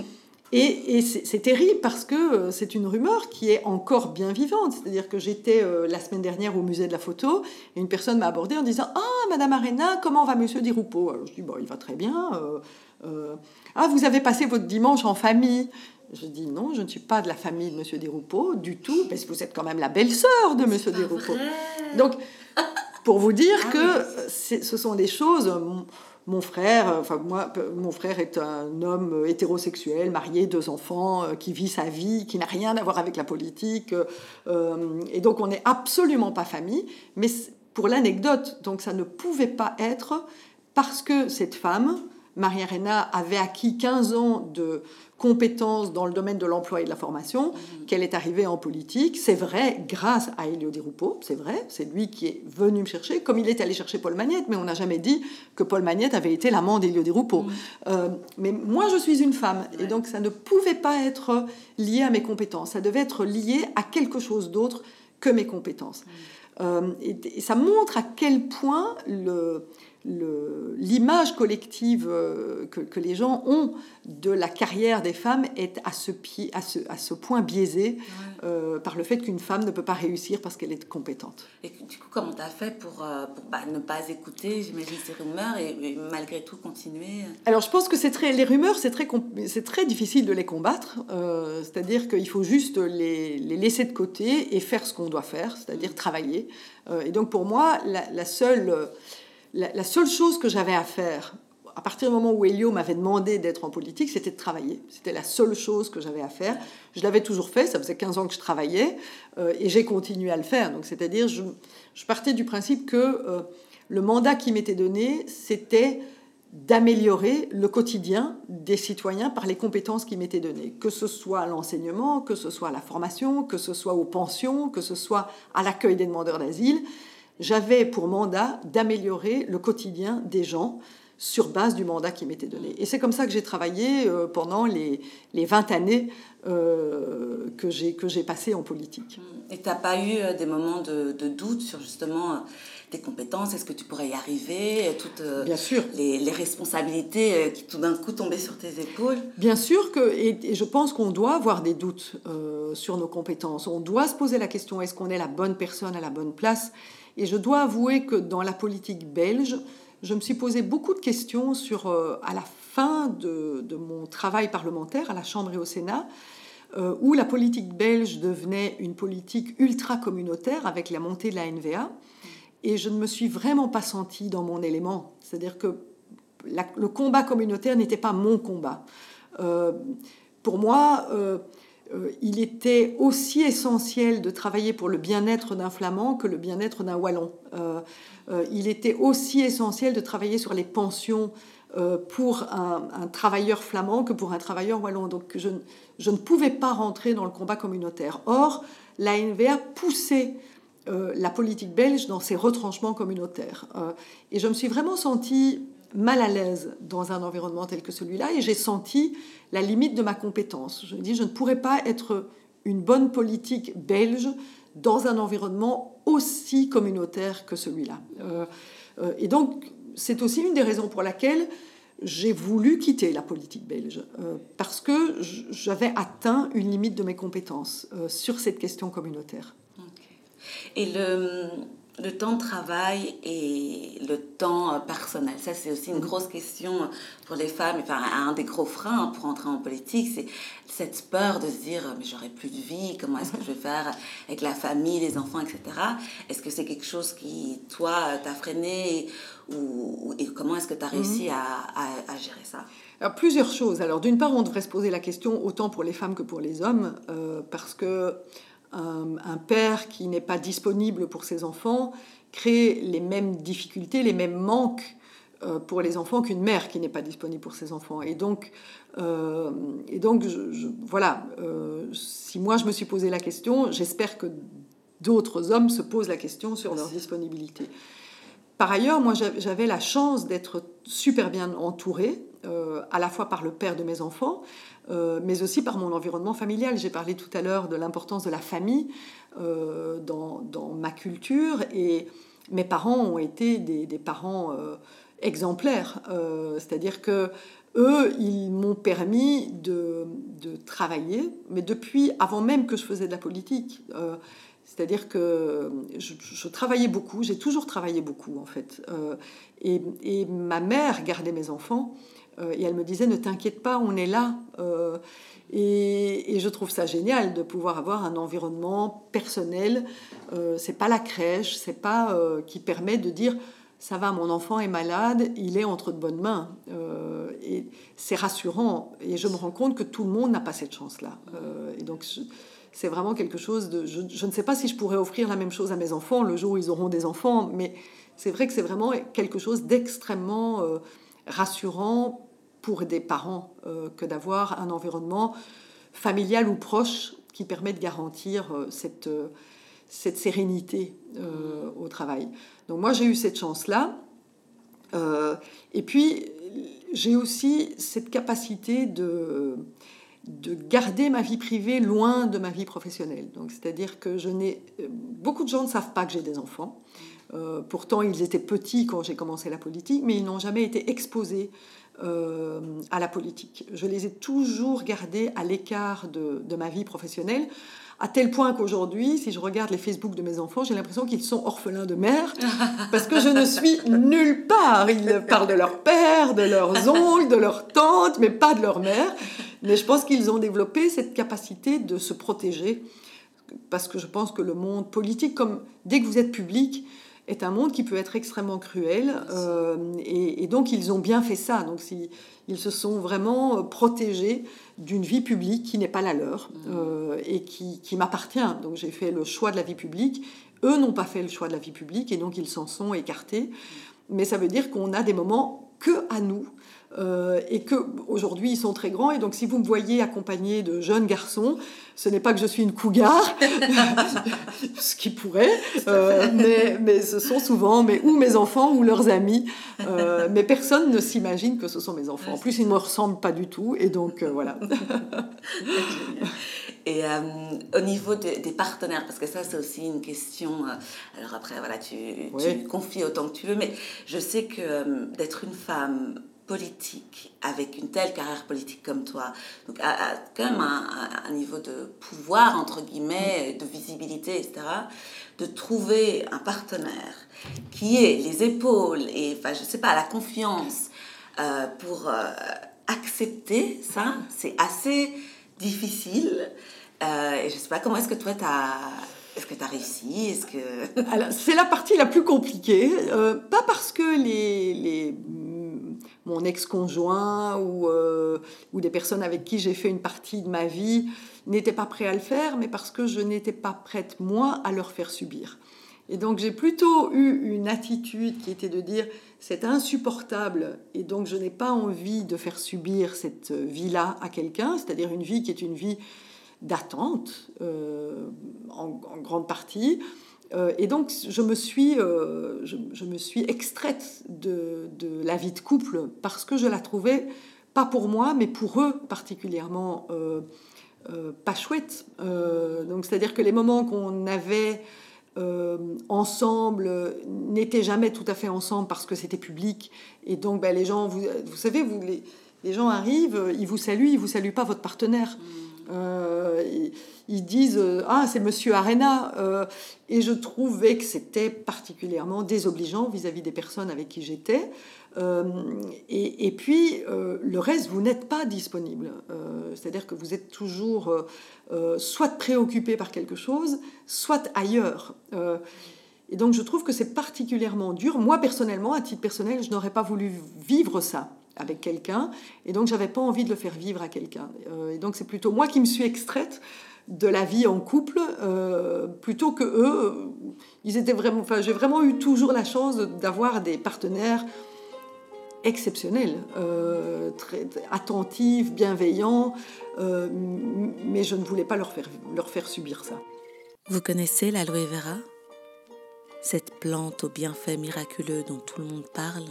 S3: Et c'est terrible parce que c'est une rumeur qui est encore bien vivante. C'est-à-dire que j'étais la semaine dernière au musée de la photo et une personne m'a abordée en disant « Ah, Madame Arena, comment va Monsieur Di Rupo ?» Alors je dis « Il va très bien. Ah, vous avez passé votre dimanche en famille ?» Je dis « Non, je ne suis pas de la famille de Monsieur Di Rupo du tout, parce que vous êtes quand même la belle-sœur de Monsieur Di Rupo. » Donc, pour vous dire que ce sont des choses... Mon frère est un homme hétérosexuel, marié, 2 enfants, qui vit sa vie, qui n'a rien à voir avec la politique. Et donc, on n'est absolument pas famille. Mais pour l'anecdote, donc ça ne pouvait pas être parce que cette femme, Maria Arena, avait acquis 15 ans de compétences dans le domaine de l'emploi et de la formation, qu'elle est arrivée en politique. C'est vrai, grâce à Elio Di Rupo, c'est vrai, c'est lui qui est venu me chercher, comme il est allé chercher Paul Magnette, mais on n'a jamais dit que Paul Magnette avait été l'amant d'Elio Di Rupo. Mais moi, je suis une femme, et donc ça ne pouvait pas être lié à mes compétences, ça devait être lié à quelque chose d'autre que mes compétences. Et ça montre à quel point l'image collective que les gens ont de la carrière des femmes est à ce point biaisée par le fait qu'une femme ne peut pas réussir parce qu'elle est compétente.
S2: Et du coup, comment tu as fait pour ne pas écouter, j'imagine, ces rumeurs et malgré tout continuer?
S3: Alors, je pense que les rumeurs, c'est très difficile de les combattre. C'est-à-dire qu'il faut juste les laisser de côté et faire ce qu'on doit faire, c'est-à-dire travailler. Et donc, pour moi, la seule chose que j'avais à faire, à partir du moment où Elio m'avait demandé d'être en politique, c'était de travailler. C'était la seule chose que j'avais à faire. Je l'avais toujours fait, ça faisait 15 ans que je travaillais, et j'ai continué à le faire. Donc, c'est-à-dire, je partais du principe que le mandat qui m'était donné, c'était d'améliorer le quotidien des citoyens par les compétences qui m'étaient données, que ce soit à l'enseignement, que ce soit à la formation, que ce soit aux pensions, que ce soit à l'accueil des demandeurs d'asile. J'avais pour mandat d'améliorer le quotidien des gens sur base du mandat qui m'était donné. Et c'est comme ça que j'ai travaillé pendant les 20 années que j'ai passées en politique.
S2: Et tu n'as pas eu des moments de doute sur justement tes compétences? Est-ce que tu pourrais y arriver?
S3: Bien sûr.
S2: Les responsabilités qui tout d'un coup tombaient sur tes épaules?
S3: Bien sûr et je pense qu'on doit avoir des doutes sur nos compétences. On doit se poser la question, est-ce qu'on est la bonne personne à la bonne place? Et je dois avouer que dans la politique belge, je me suis posé beaucoup de questions à la fin de mon travail parlementaire à la Chambre et au Sénat, où la politique belge devenait une politique ultra-communautaire avec la montée de la NVA. Et je ne me suis vraiment pas sentie dans mon élément. C'est-à-dire que le combat communautaire n'était pas mon combat. Pour moi... il était aussi essentiel de travailler pour le bien-être d'un Flamand que le bien-être d'un Wallon. Il était aussi essentiel de travailler sur les pensions pour un travailleur flamand que pour un travailleur wallon. Donc je ne pouvais pas rentrer dans le combat communautaire. Or, la NVA poussait la politique belge dans ses retranchements communautaires. Et je me suis vraiment sentie mal à l'aise dans un environnement tel que celui-là, et j'ai senti la limite de ma compétence. Je me dis, je ne pourrais pas être une bonne politique belge dans un environnement aussi communautaire que celui-là. Et donc, c'est aussi une des raisons pour laquelle j'ai voulu quitter la politique belge, parce que j'avais atteint une limite de mes compétences sur cette question communautaire.
S2: Okay. Et le temps de travail et le temps personnel, ça c'est aussi une grosse question pour les femmes, enfin un des gros freins pour entrer en politique, c'est cette peur de se dire mais j'aurai plus de vie, comment est-ce que je vais faire avec la famille, les enfants, etc. Est-ce que c'est quelque chose qui, toi, t'a freiné et comment est-ce que tu as réussi à gérer ça?
S3: Alors, plusieurs choses. Alors, d'une part, on devrait se poser la question autant pour les femmes que pour les hommes, parce que un père qui n'est pas disponible pour ses enfants crée les mêmes difficultés, les mêmes manques pour les enfants qu'une mère qui n'est pas disponible pour ses enfants. Et donc voilà, si moi je me suis posé la question, j'espère que d'autres hommes se posent la question sur leur disponibilité. Par ailleurs, moi j'avais la chance d'être super bien entourée, à la fois par le père de mes enfants, mais aussi par mon environnement familial. J'ai parlé tout à l'heure de l'importance de la famille dans ma culture, et mes parents ont été des parents exemplaires. C'est-à-dire que eux, ils m'ont permis de travailler, mais depuis, avant même que je faisais de la politique. C'est-à-dire que je travaillais beaucoup, j'ai toujours travaillé beaucoup en fait. Et ma mère gardait mes enfants et elle me disait ne t'inquiète pas, on est là. Et je trouve ça génial de pouvoir avoir un environnement personnel. C'est pas la crèche, c'est pas qui permet de dire ça va, mon enfant est malade, il est entre de bonnes mains. Et c'est rassurant. Et je me rends compte que tout le monde n'a pas cette chance-là. Et donc c'est vraiment quelque chose de... Je ne sais pas si je pourrais offrir la même chose à mes enfants le jour où ils auront des enfants, mais c'est vrai que c'est vraiment quelque chose d'extrêmement rassurant pour des parents que d'avoir un environnement familial ou proche qui permet de garantir cette sérénité au travail. Donc moi, j'ai eu cette chance-là. Et puis, j'ai aussi cette capacité de garder ma vie privée loin de ma vie professionnelle. Donc, c'est-à-dire que beaucoup de gens ne savent pas que j'ai des enfants. Pourtant, ils étaient petits quand j'ai commencé la politique, mais ils n'ont jamais été exposés à la politique. Je les ai toujours gardés à l'écart de ma vie professionnelle, à tel point qu'aujourd'hui, si je regarde les Facebook de mes enfants, j'ai l'impression qu'ils sont orphelins de mère, parce que je ne suis nulle part. Ils parlent de leur père, de leurs oncles, de leurs tantes, mais pas de leur mère. Mais je pense qu'ils ont développé cette capacité de se protéger, parce que je pense que le monde politique, comme dès que vous êtes public, est un monde qui peut être extrêmement cruel, et donc ils ont bien fait ça. Donc ils se sont vraiment protégés d'une vie publique qui n'est pas la leur, et qui m'appartient. Donc j'ai fait le choix de la vie publique. Eux n'ont pas fait le choix de la vie publique, et donc ils s'en sont écartés. Mais ça veut dire qu'on a des moments que à nous, et qu'aujourd'hui ils sont très grands. Et donc si vous me voyez accompagnée de jeunes garçons, ce n'est pas que je suis une cougar, ce qui pourrait, mais ce sont souvent ou mes enfants ou leurs amis. Mais personne ne s'imagine que ce sont mes enfants. En plus, ils ne me ressemblent pas du tout, et donc voilà.
S2: Et au niveau des partenaires, parce que ça c'est aussi une question, alors après voilà, tu confies autant que tu veux, mais je sais que d'être une femme politique avec une telle carrière politique comme toi, donc à quand même un niveau de pouvoir entre guillemets, de visibilité, etc., de trouver un partenaire qui ait les épaules et enfin je sais pas, la confiance pour accepter ça, c'est assez difficile. Et je sais pas, comment est-ce que toi est-ce que tu as réussi?
S3: Alors, c'est la partie la plus compliquée. Pas parce que mon ex-conjoint ou des personnes avec qui j'ai fait une partie de ma vie n'étaient pas prêts à le faire, mais parce que je n'étais pas prête, moi, à leur faire subir. Et donc, j'ai plutôt eu une attitude qui était de dire « c'est insupportable et donc je n'ai pas envie de faire subir cette vie-là à quelqu'un », c'est-à-dire une vie qui est une vie d'attente, en grande partie. Et donc, je me suis extraite de la vie de couple parce que je la trouvais, pas pour moi, mais pour eux particulièrement, pas chouette. Donc, c'est-à-dire que les moments qu'on avait ensemble n'étaient jamais tout à fait ensemble parce que c'était public. Et donc, les gens, vous savez, les gens arrivent, ils vous saluent pas votre partenaire. Ils disent ah, c'est Monsieur Arena, et je trouvais que c'était particulièrement désobligeant vis-à-vis des personnes avec qui j'étais, et puis le reste, vous n'êtes pas disponible, c'est-à-dire que vous êtes toujours soit préoccupé par quelque chose, soit ailleurs, et donc je trouve que c'est particulièrement dur. Moi personnellement, à titre personnel, je n'aurais pas voulu vivre ça avec quelqu'un, et donc j'avais pas envie de le faire vivre à quelqu'un, et donc c'est plutôt moi qui me suis extraite de la vie en couple, plutôt que eux. Ils étaient vraiment, enfin, j'ai vraiment eu toujours la chance d'avoir des partenaires exceptionnels, très attentifs, bienveillants, mais je ne voulais pas leur faire subir ça.
S2: Vous connaissez l'aloe vera? Cette plante aux bienfaits miraculeux dont tout le monde parle?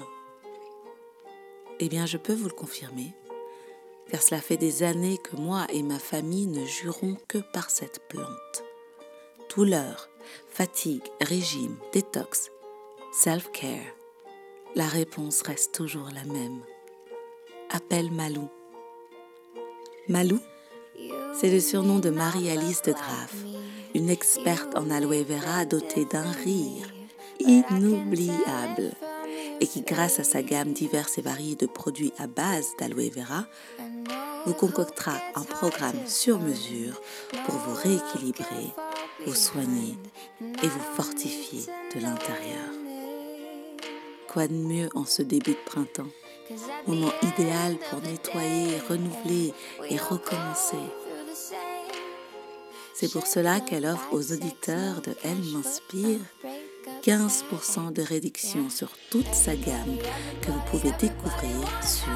S2: Eh bien, je peux vous le confirmer, car cela fait des années que moi et ma famille ne jurons que par cette plante. Douleur, fatigue, régime, détox, self-care, la réponse reste toujours la même. appelle Malou. Malou, c'est le surnom de Marie-Alice de Graaf, une experte en aloe vera dotée d'un rire inoubliable et qui, grâce à sa gamme diverse et variée de produits à base d'aloe vera, vous concoctera un programme sur mesure pour vous rééquilibrer, vous soigner et vous fortifier de l'intérieur. Quoi de mieux en ce début de printemps? Moment idéal pour nettoyer, renouveler et recommencer. C'est pour cela qu'elle offre aux auditeurs de Elle m'inspire 15% de réduction sur toute sa gamme que vous pouvez découvrir sur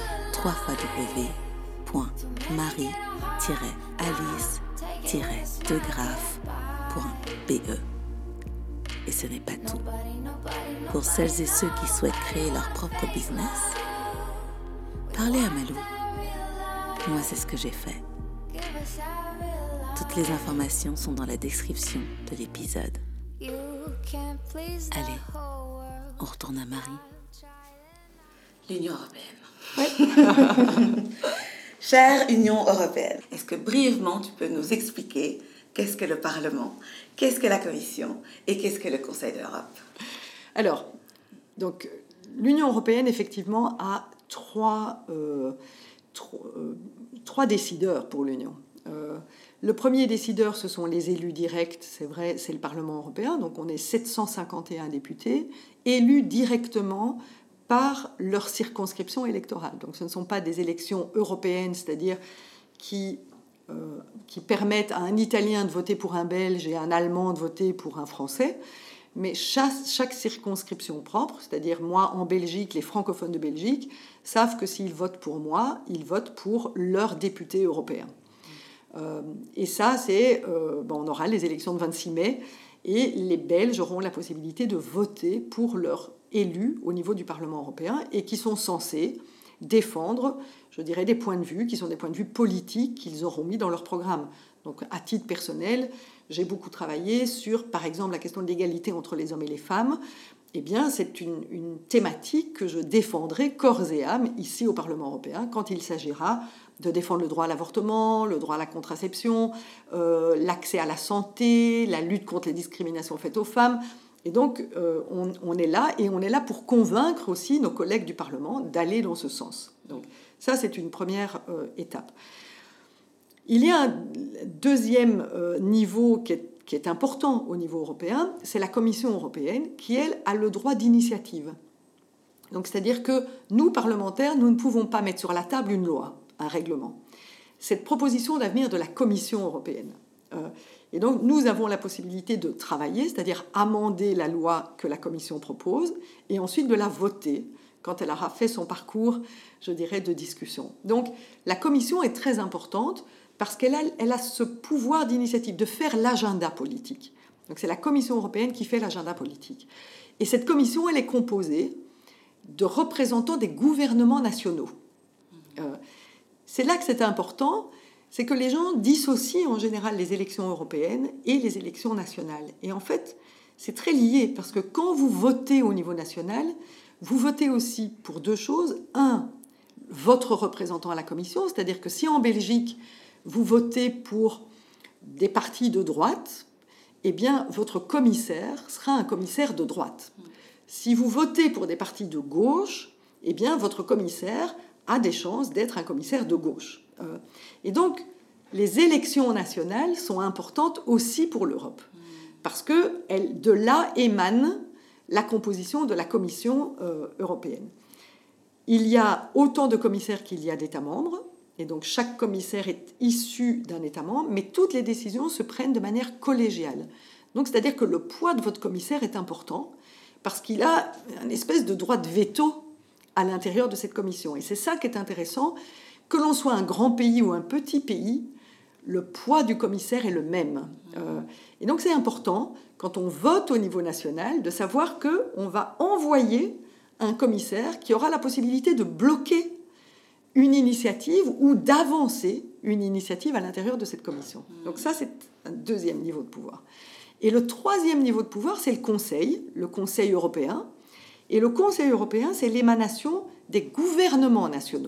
S2: www.marie-alice-degraaf.be. Et ce n'est pas tout. Pour celles et ceux qui souhaitent créer leur propre business, parlez à Malou. Moi, c'est ce que j'ai fait. Toutes les informations sont dans la description de l'épisode. Allez, on retourne à Marie.
S4: L'Union européenne. Oui. Chère Union européenne, est-ce que brièvement tu peux nous expliquer qu'est-ce que le Parlement, qu'est-ce que la Commission et qu'est-ce que le Conseil de l'Europe?
S3: Alors, donc, l'Union européenne, effectivement, a trois décideurs pour l'Union. Le premier décideur, ce sont les élus directs, c'est vrai, c'est le Parlement européen, donc on est 751 députés, élus directement par leur circonscription électorale. Donc ce ne sont pas des élections européennes, c'est-à-dire qui permettent à un Italien de voter pour un Belge et à un Allemand de voter pour un Français, mais chaque circonscription propre, c'est-à-dire moi en Belgique, les francophones de Belgique, savent que s'ils votent pour moi, ils votent pour leurs députés européens. Et ça, on aura les élections de 26 mai, et les Belges auront la possibilité de voter pour leurs élus au niveau du Parlement européen, et qui sont censés défendre, je dirais, des points de vue qui sont des points de vue politiques qu'ils auront mis dans leur programme. Donc, à titre personnel, j'ai beaucoup travaillé sur, par exemple, la question de l'égalité entre les hommes et les femmes. Eh bien, c'est une thématique que je défendrai corps et âme ici au Parlement européen quand il s'agira de défendre le droit à l'avortement, le droit à la contraception, l'accès à la santé, la lutte contre les discriminations faites aux femmes. Et donc, on est là, et on est là pour convaincre aussi nos collègues du Parlement d'aller dans ce sens. Donc, ça, c'est une première étape. Il y a un deuxième niveau qui est important au niveau européen, c'est la Commission européenne qui, elle, a le droit d'initiative. Donc, c'est-à-dire que nous, parlementaires, nous ne pouvons pas mettre sur la table une loi, un règlement. Cette proposition d'avenir de la Commission européenne. Et donc, nous avons la possibilité de travailler, c'est-à-dire amender la loi que la Commission propose, et ensuite de la voter quand elle aura fait son parcours, je dirais, de discussion. Donc, la Commission est très importante parce qu'elle a ce pouvoir d'initiative, de faire l'agenda politique. Donc, c'est la Commission européenne qui fait l'agenda politique. Et cette commission, elle est composée de représentants des gouvernements nationaux. C'est là que c'est important, c'est que les gens dissocient en général les élections européennes et les élections nationales. Et en fait, c'est très lié, parce que quand vous votez au niveau national, vous votez aussi pour deux choses. Un, votre représentant à la Commission, c'est-à-dire que si en Belgique, vous votez pour des partis de droite, eh bien, votre commissaire sera un commissaire de droite. Si vous votez pour des partis de gauche, eh bien, votre commissaire a des chances d'être un commissaire de gauche. Et donc, les élections nationales sont importantes aussi pour l'Europe, parce que de là émane la composition de la Commission européenne. Il y a autant de commissaires qu'il y a d'États membres, et donc chaque commissaire est issu d'un État membre, mais toutes les décisions se prennent de manière collégiale. Donc, c'est-à-dire que le poids de votre commissaire est important, parce qu'il a une espèce de droit de veto à l'intérieur de cette commission. Et c'est ça qui est intéressant, que l'on soit un grand pays ou un petit pays, le poids du commissaire est le même. Et donc c'est important, quand on vote au niveau national, de savoir qu'on va envoyer un commissaire qui aura la possibilité de bloquer une initiative ou d'avancer une initiative à l'intérieur de cette commission. Donc ça, c'est un deuxième niveau de pouvoir. Et le troisième niveau de pouvoir, c'est le Conseil européen. Et le Conseil européen, c'est l'émanation des gouvernements nationaux.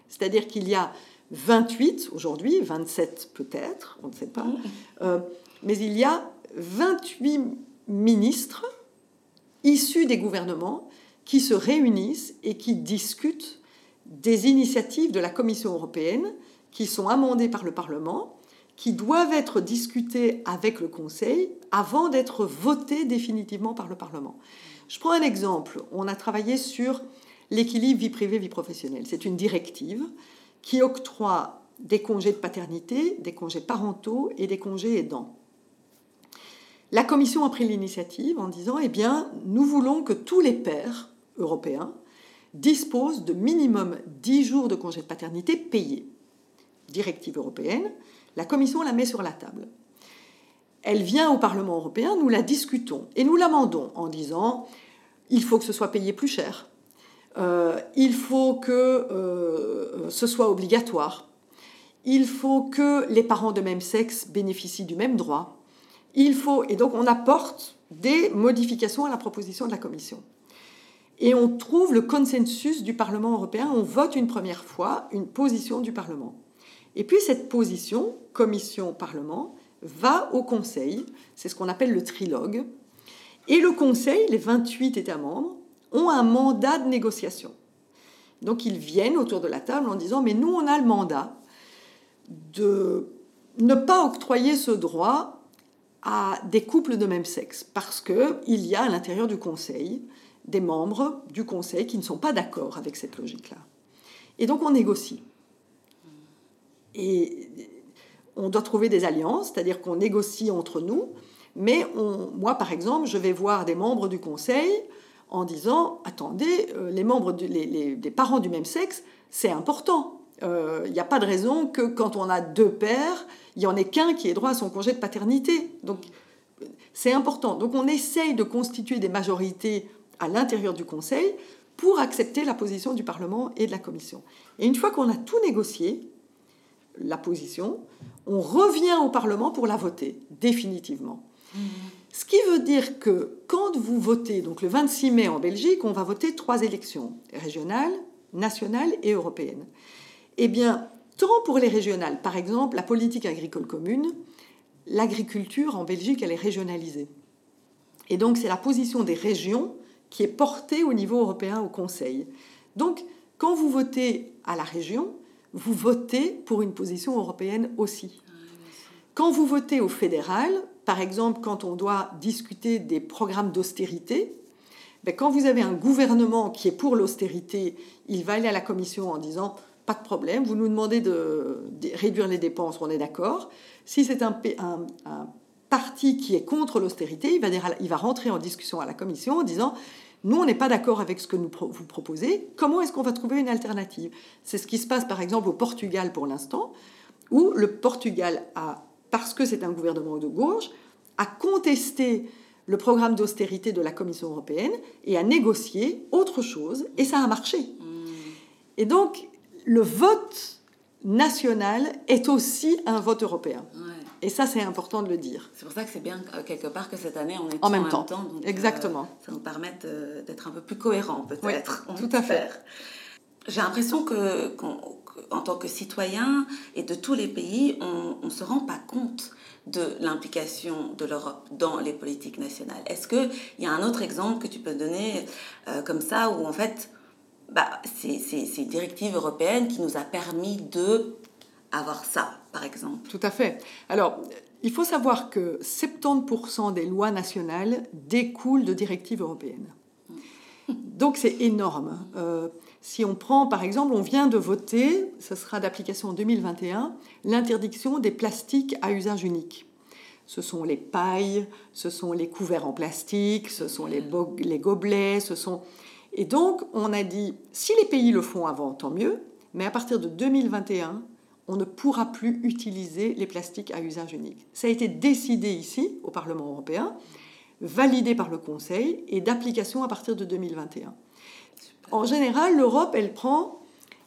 S3: C'est-à-dire qu'il y a 28 aujourd'hui, 27 peut-être, on ne sait pas, mais il y a 28 ministres issus des gouvernements qui se réunissent et qui discutent des initiatives de la Commission européenne qui sont amendées par le Parlement, qui doivent être discutées avec le Conseil avant d'être votées définitivement par le Parlement. Je prends un exemple. On a travaillé sur l'équilibre vie privée-vie professionnelle. C'est une directive qui octroie des congés de paternité, des congés parentaux et des congés aidants. La Commission a pris l'initiative en disant « Eh bien, nous voulons que tous les pères européens disposent de minimum 10 jours de congés de paternité payés. » Directive européenne, la Commission la met sur la table. Elle vient au Parlement européen, nous la discutons et nous l'amendons en disant « Il faut que ce soit payé plus cher. Il faut que ce soit obligatoire. Il faut que les parents de même sexe bénéficient du même droit. Il faut... » Et donc, on apporte des modifications à la proposition de la Commission. Et on trouve le consensus du Parlement européen. On vote une première fois une position du Parlement. Et puis, cette position, Commission-Parlement, va au Conseil. C'est ce qu'on appelle le trilogue. Et le Conseil, les 28 États membres, ont un mandat de négociation. Donc, ils viennent autour de la table en disant « Mais nous, on a le mandat de ne pas octroyer ce droit à des couples de même sexe, parce qu'il y a à l'intérieur du Conseil des membres du Conseil qui ne sont pas d'accord avec cette logique-là. Et donc on négocie. Et on doit trouver des alliances, c'est-à-dire qu'on négocie entre nous, mais moi, par exemple, je vais voir des membres du Conseil en disant « Attendez, les membres des parents du même sexe, c'est important. Il n'y a pas de raison que quand on a 2 pères, il n'y en ait qu'un qui ait droit à son congé de paternité. Donc, c'est important. Donc, on essaye de constituer des majorités à l'intérieur du Conseil pour accepter la position du Parlement et de la Commission. Et une fois qu'on a tout négocié, la position, on revient au Parlement pour la voter, définitivement. Ce qui veut dire que quand vous votez, donc le 26 mai en Belgique, on va voter 3 élections, régionales, nationales et européennes. Eh bien, tant pour les régionales, par exemple, la politique agricole commune, l'agriculture en Belgique, elle est régionalisée. Et donc, c'est la position des régions qui est portée au niveau européen au Conseil. Donc, quand vous votez à la région, vous votez pour une position européenne aussi. Quand vous votez au fédéral, par exemple, quand on doit discuter des programmes d'austérité, quand vous avez un gouvernement qui est pour l'austérité, il va aller à la Commission en disant « Pas de problème, vous nous demandez de réduire les dépenses, on est d'accord. » Si c'est un parti qui est contre l'austérité, il va rentrer en discussion à la Commission en disant « Nous, on n'est pas d'accord avec ce que vous proposez. Comment est-ce qu'on va trouver une alternative ?» C'est ce qui se passe, par exemple, au Portugal pour l'instant, où le Portugal parce que c'est un gouvernement de gauche, a contesté le programme d'austérité de la Commission européenne et a négocié autre chose, et ça a marché. Et donc, le vote national est aussi un vote européen. Ouais. Et ça, c'est important de le dire.
S4: C'est pour ça que c'est bien, quelque part, que cette année, on est
S3: en même temps.
S4: Donc,
S3: exactement.
S4: Ça nous permet d'être un peu plus cohérents, peut-être.
S3: Oui, tout à fait.
S4: J'ai l'impression qu'en tant que citoyen et de tous les pays, on ne se rend pas compte de l'implication de l'Europe dans les politiques nationales. Est-ce qu'il y a un autre exemple que tu peux donner comme ça, où en fait, c'est une directive européenne qui nous a permis d'avoir ça, par exemple?
S3: Tout à fait. Alors, il faut savoir que 70% des lois nationales découlent de directives européennes. Donc, c'est énorme. Si on prend, par exemple, on vient de voter, ce sera d'application en 2021, l'interdiction des plastiques à usage unique. Ce sont les pailles, ce sont les couverts en plastique, ce sont les gobelets, Et donc, on a dit, si les pays le font avant, tant mieux, mais à partir de 2021, on ne pourra plus utiliser les plastiques à usage unique. Ça a été décidé ici, au Parlement européen, validé par le Conseil et d'application à partir de 2021. En général, l'Europe, elle prend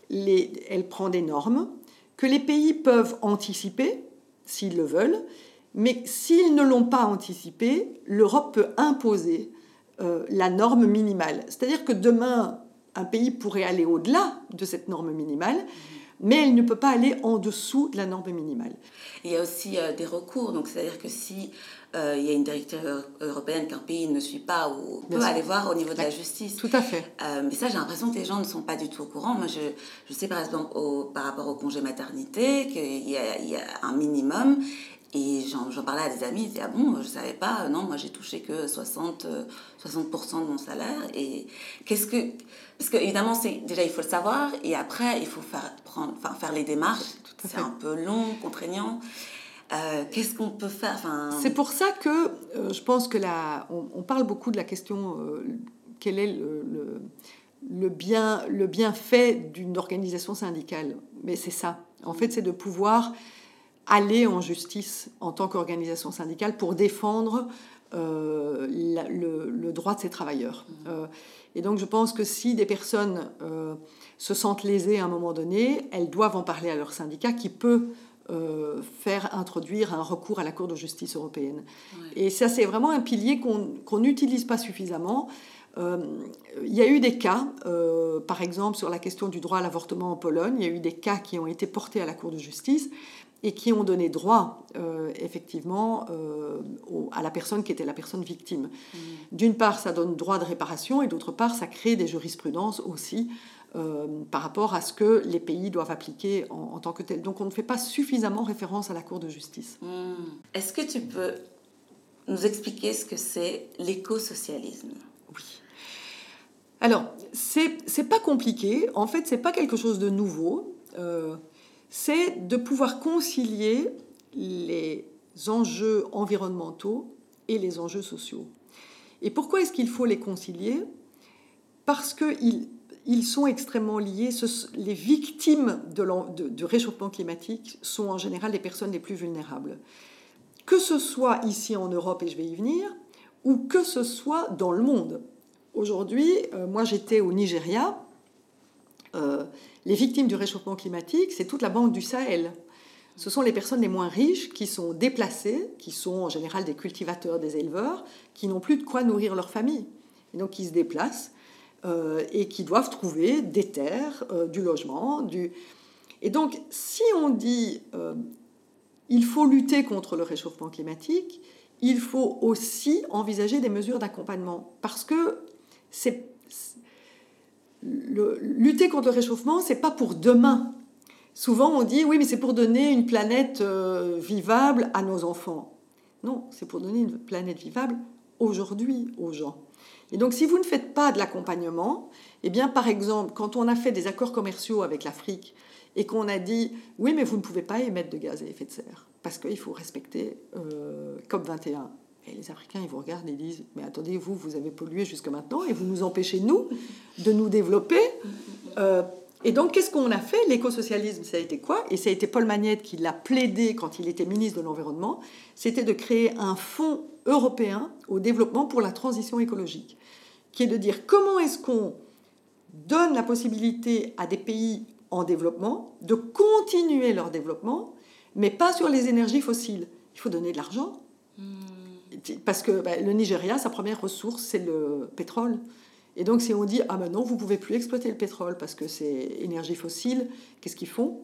S3: des normes que les pays peuvent anticiper, s'ils le veulent, mais s'ils ne l'ont pas anticipé, l'Europe peut imposer la norme minimale. C'est-à-dire que demain, un pays pourrait aller au-delà de cette norme minimale, mais elle ne peut pas aller en dessous de la norme minimale.
S4: Il y a aussi des recours, donc c'est-à-dire que si il y a une directive européenne qu'un pays ne suit pas, ou peut aller voir au niveau de la justice.
S3: Tout à fait.
S4: Mais ça, j'ai l'impression que les gens ne sont pas du tout au courant. Moi, je sais par exemple par rapport au congé maternité qu'il y a un minimum. Et j'en parlais à des amis, ils disaient « Ah bon, je ne savais pas, non, moi j'ai touché que 60% de mon salaire. » Et qu'est-ce que... Parce qu'évidemment, déjà il faut le savoir, et après il faut faire les démarches. C'est un peu long, contraignant. Qu'est-ce qu'on peut faire?
S3: C'est pour ça que je pense que on parle beaucoup de la question quel est le bienfait d'une organisation syndicale. Mais c'est ça. En fait, c'est de pouvoir aller en justice en tant qu'organisation syndicale pour défendre le droit de ses travailleurs. Et donc, je pense que si des personnes se sentent lésées à un moment donné, elles doivent en parler à leur syndicat qui peut faire introduire un recours à la Cour de justice européenne. Ouais. Et ça, c'est vraiment un pilier qu'on n'utilise pas suffisamment. Il y a eu des cas, par exemple, sur la question du droit à l'avortement en Pologne, il y a eu des cas qui ont été portés à la Cour de justice et qui ont donné droit, effectivement, à la personne qui était la personne victime. D'une part, ça donne droit de réparation, et d'autre part, ça crée des jurisprudences aussi par rapport à ce que les pays doivent appliquer en tant que tel. Donc, on ne fait pas suffisamment référence à la Cour de justice.
S4: Est-ce que tu peux nous expliquer ce que c'est l'écosocialisme?
S3: Oui. Alors, c'est pas compliqué. En fait, c'est pas quelque chose de nouveau. C'est de pouvoir concilier les enjeux environnementaux et les enjeux sociaux. Et pourquoi est-ce qu'il faut les concilier? Parce qu'ils sont extrêmement liés. Les victimes de réchauffement climatique sont en général les personnes les plus vulnérables. Que ce soit ici en Europe, et je vais y venir, ou que ce soit dans le monde. Aujourd'hui, moi j'étais au Nigeria. Les victimes du réchauffement climatique, c'est toute la banque du Sahel. Ce sont les personnes les moins riches qui sont déplacées, qui sont en général des cultivateurs, des éleveurs, qui n'ont plus de quoi nourrir leur famille. Et donc, qui se déplacent et qui doivent trouver des terres, du logement. Et donc, si on dit il faut lutter contre le réchauffement climatique, il faut aussi envisager des mesures d'accompagnement. Parce que lutter contre le réchauffement, c'est pas pour demain. Souvent, on dit oui, mais c'est pour donner une planète vivable à nos enfants. Non, c'est pour donner une planète vivable aujourd'hui aux gens. Et donc, si vous ne faites pas de l'accompagnement, eh bien, par exemple, quand on a fait des accords commerciaux avec l'Afrique et qu'on a dit oui, mais vous ne pouvez pas émettre de gaz à effet de serre parce qu'il faut respecter COP21. Et les Africains, ils vous regardent et disent « Mais attendez, vous avez pollué jusque maintenant et vous nous empêchez, nous, de nous développer. » Et donc, qu'est-ce qu'on a fait? L'écosocialisme, ça a été quoi? Et ça a été Paul Magnette qui l'a plaidé quand il était ministre de l'Environnement. C'était de créer un fonds européen au développement pour la transition écologique, qui est de dire comment est-ce qu'on donne la possibilité à des pays en développement de continuer leur développement, mais pas sur les énergies fossiles. Il faut donner de l'argent. Parce que le Nigeria, sa première ressource, c'est le pétrole. Et donc, si on dit « Ah ben non, vous ne pouvez plus exploiter le pétrole parce que c'est énergie fossile », qu'est-ce qu'ils font?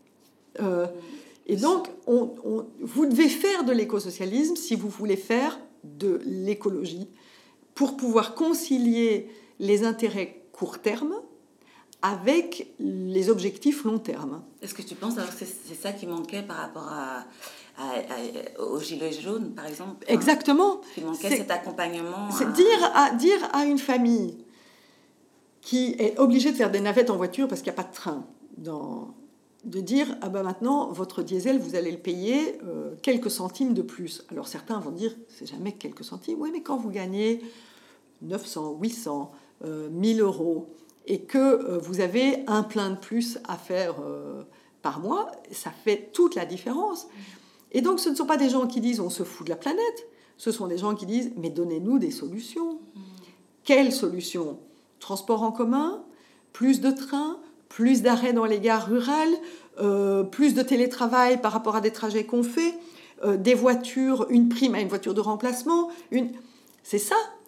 S3: Et donc, vous devez faire de l'écosocialisme si vous voulez faire de l'écologie pour pouvoir concilier les intérêts court terme avec les objectifs long terme.
S4: Est-ce que tu penses alors que c'est ça qui manquait par rapport aux gilets jaunes, par exemple?
S3: Exactement.
S4: Qui manquait cet accompagnement.
S3: C'est dire à une famille qui est obligée de faire des navettes en voiture parce qu'il n'y a pas de train, de dire « Ah ben maintenant, votre diesel, vous allez le payer quelques centimes de plus. » Alors certains vont dire « C'est jamais quelques centimes. » Oui, mais quand vous gagnez 900, 800, 1000 euros et que vous avez un plein de plus à faire par mois, ça fait toute la différence. Et donc, ce ne sont pas des gens qui disent « on se fout de la planète », ce sont des gens qui disent « mais donnez-nous des solutions ». Quelles solutions? Transport en commun, plus de trains, plus d'arrêts dans les gares rurales, plus de télétravail par rapport à des trajets qu'on fait, des voitures, une prime à une voiture de remplacement. C'est ça.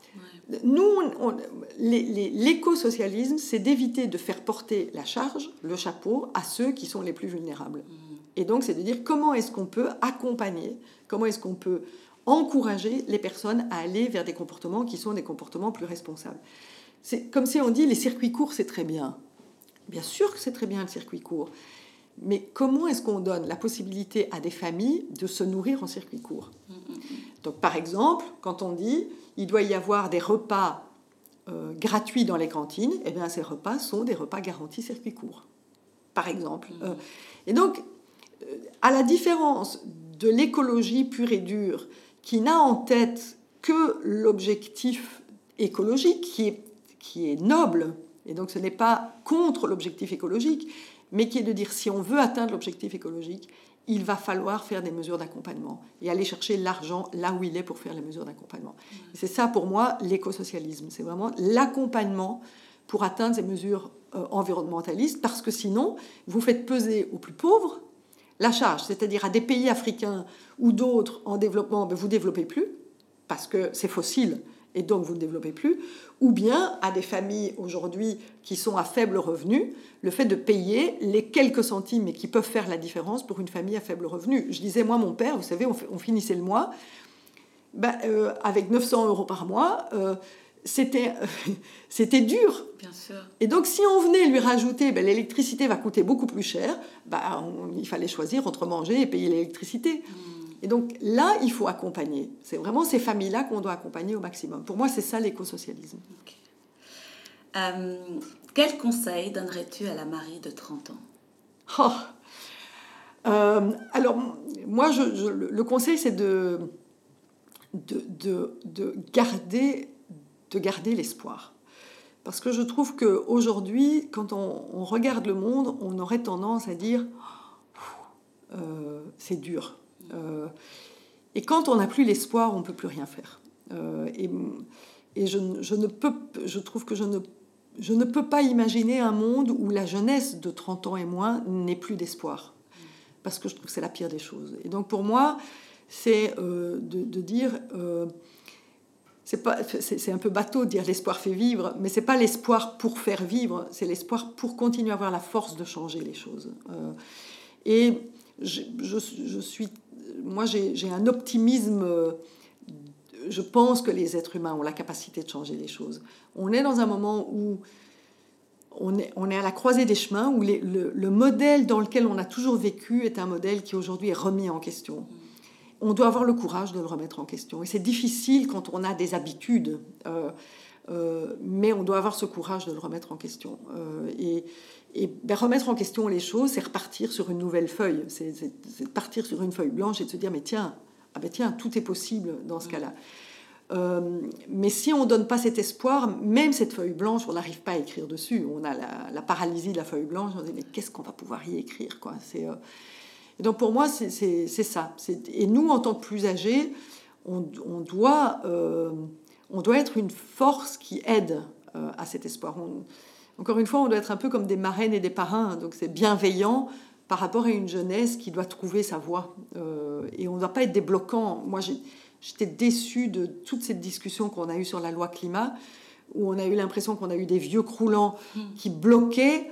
S3: Nous, l'écosocialisme, c'est d'éviter de faire porter la charge, le chapeau, à ceux qui sont les plus vulnérables. Et donc, c'est de dire comment est-ce qu'on peut accompagner, comment est-ce qu'on peut encourager les personnes à aller vers des comportements qui sont des comportements plus responsables. C'est comme si on dit les circuits courts, c'est très bien. Bien sûr que c'est très bien le circuit court. Mais comment est-ce qu'on donne la possibilité à des familles de se nourrir en circuit court ? Donc, par exemple, quand on dit il doit y avoir des repas gratuits dans les cantines, eh bien, ces repas sont des repas garantis circuit court, par exemple. Et donc, à la différence de l'écologie pure et dure, qui n'a en tête que l'objectif écologique, qui est noble, et donc ce n'est pas contre l'objectif écologique, mais qui est de dire si on veut atteindre l'objectif écologique, il va falloir faire des mesures d'accompagnement et aller chercher l'argent là où il est pour faire les mesures d'accompagnement. Et c'est ça pour moi l'écosocialisme, c'est vraiment l'accompagnement pour atteindre ces mesures environnementalistes, parce que sinon vous faites peser aux plus pauvres la charge, c'est-à-dire à des pays africains ou d'autres en développement, vous ne développez plus parce que c'est fossile et donc vous ne développez plus, ou bien à des familles aujourd'hui qui sont à faible revenu, le fait de payer les quelques centimes mais qui peuvent faire la différence pour une famille à faible revenu. Je disais, moi, mon père, vous savez, on finissait le mois avec 900 € par mois, c'était dur.
S4: Bien sûr.
S3: Et donc, si on venait lui rajouter, l'électricité va coûter beaucoup plus cher, il fallait choisir entre manger et payer l'électricité. Et donc là, il faut accompagner. C'est vraiment ces familles-là qu'on doit accompagner au maximum. Pour moi, c'est ça l'écosocialisme.
S4: Okay. Quel conseil donnerais-tu à la Marie de 30 ans ?
S3: Alors, moi, le conseil, c'est de garder l'espoir. Parce que je trouve qu'aujourd'hui, quand on regarde le monde, on aurait tendance à dire c'est dur. Et quand on n'a plus l'espoir, on ne peut plus rien faire. Et je trouve que je ne peux pas imaginer un monde où la jeunesse de 30 ans et moins n'ait plus d'espoir. Parce que je trouve que c'est la pire des choses. Et donc pour moi, c'est de dire... c'est un peu bateau de dire l'espoir fait vivre, mais c'est pas l'espoir pour faire vivre, c'est l'espoir pour continuer à avoir la force de changer les choses. Et moi j'ai un optimisme. Je pense que les êtres humains ont la capacité de changer les choses. On est dans un moment où on est à la croisée des chemins, où le modèle dans lequel on a toujours vécu est un modèle qui aujourd'hui est remis en question. On doit avoir le courage de le remettre en question. Et c'est difficile quand on a des habitudes, mais on doit avoir ce courage de le remettre en question. Remettre en question les choses, c'est repartir sur une nouvelle feuille. C'est partir sur une feuille blanche et de se dire, mais tiens, tout est possible dans ce cas-là. Mais si on ne donne pas cet espoir, même cette feuille blanche, on n'arrive pas à écrire dessus. On a la paralysie de la feuille blanche. On se dit, mais qu'est-ce qu'on va pouvoir y écrire, quoi ? Et donc pour moi, c'est ça. Et nous, en tant que plus âgés, on doit être une force qui aide à cet espoir. Encore une fois, on doit être un peu comme des marraines et des parrains. Donc c'est bienveillant par rapport à une jeunesse qui doit trouver sa voie. Et on ne doit pas être des bloquants. Moi, j'étais déçue de toute cette discussion qu'on a eue sur la loi climat, où on a eu l'impression qu'on a eu des vieux croulants qui bloquaient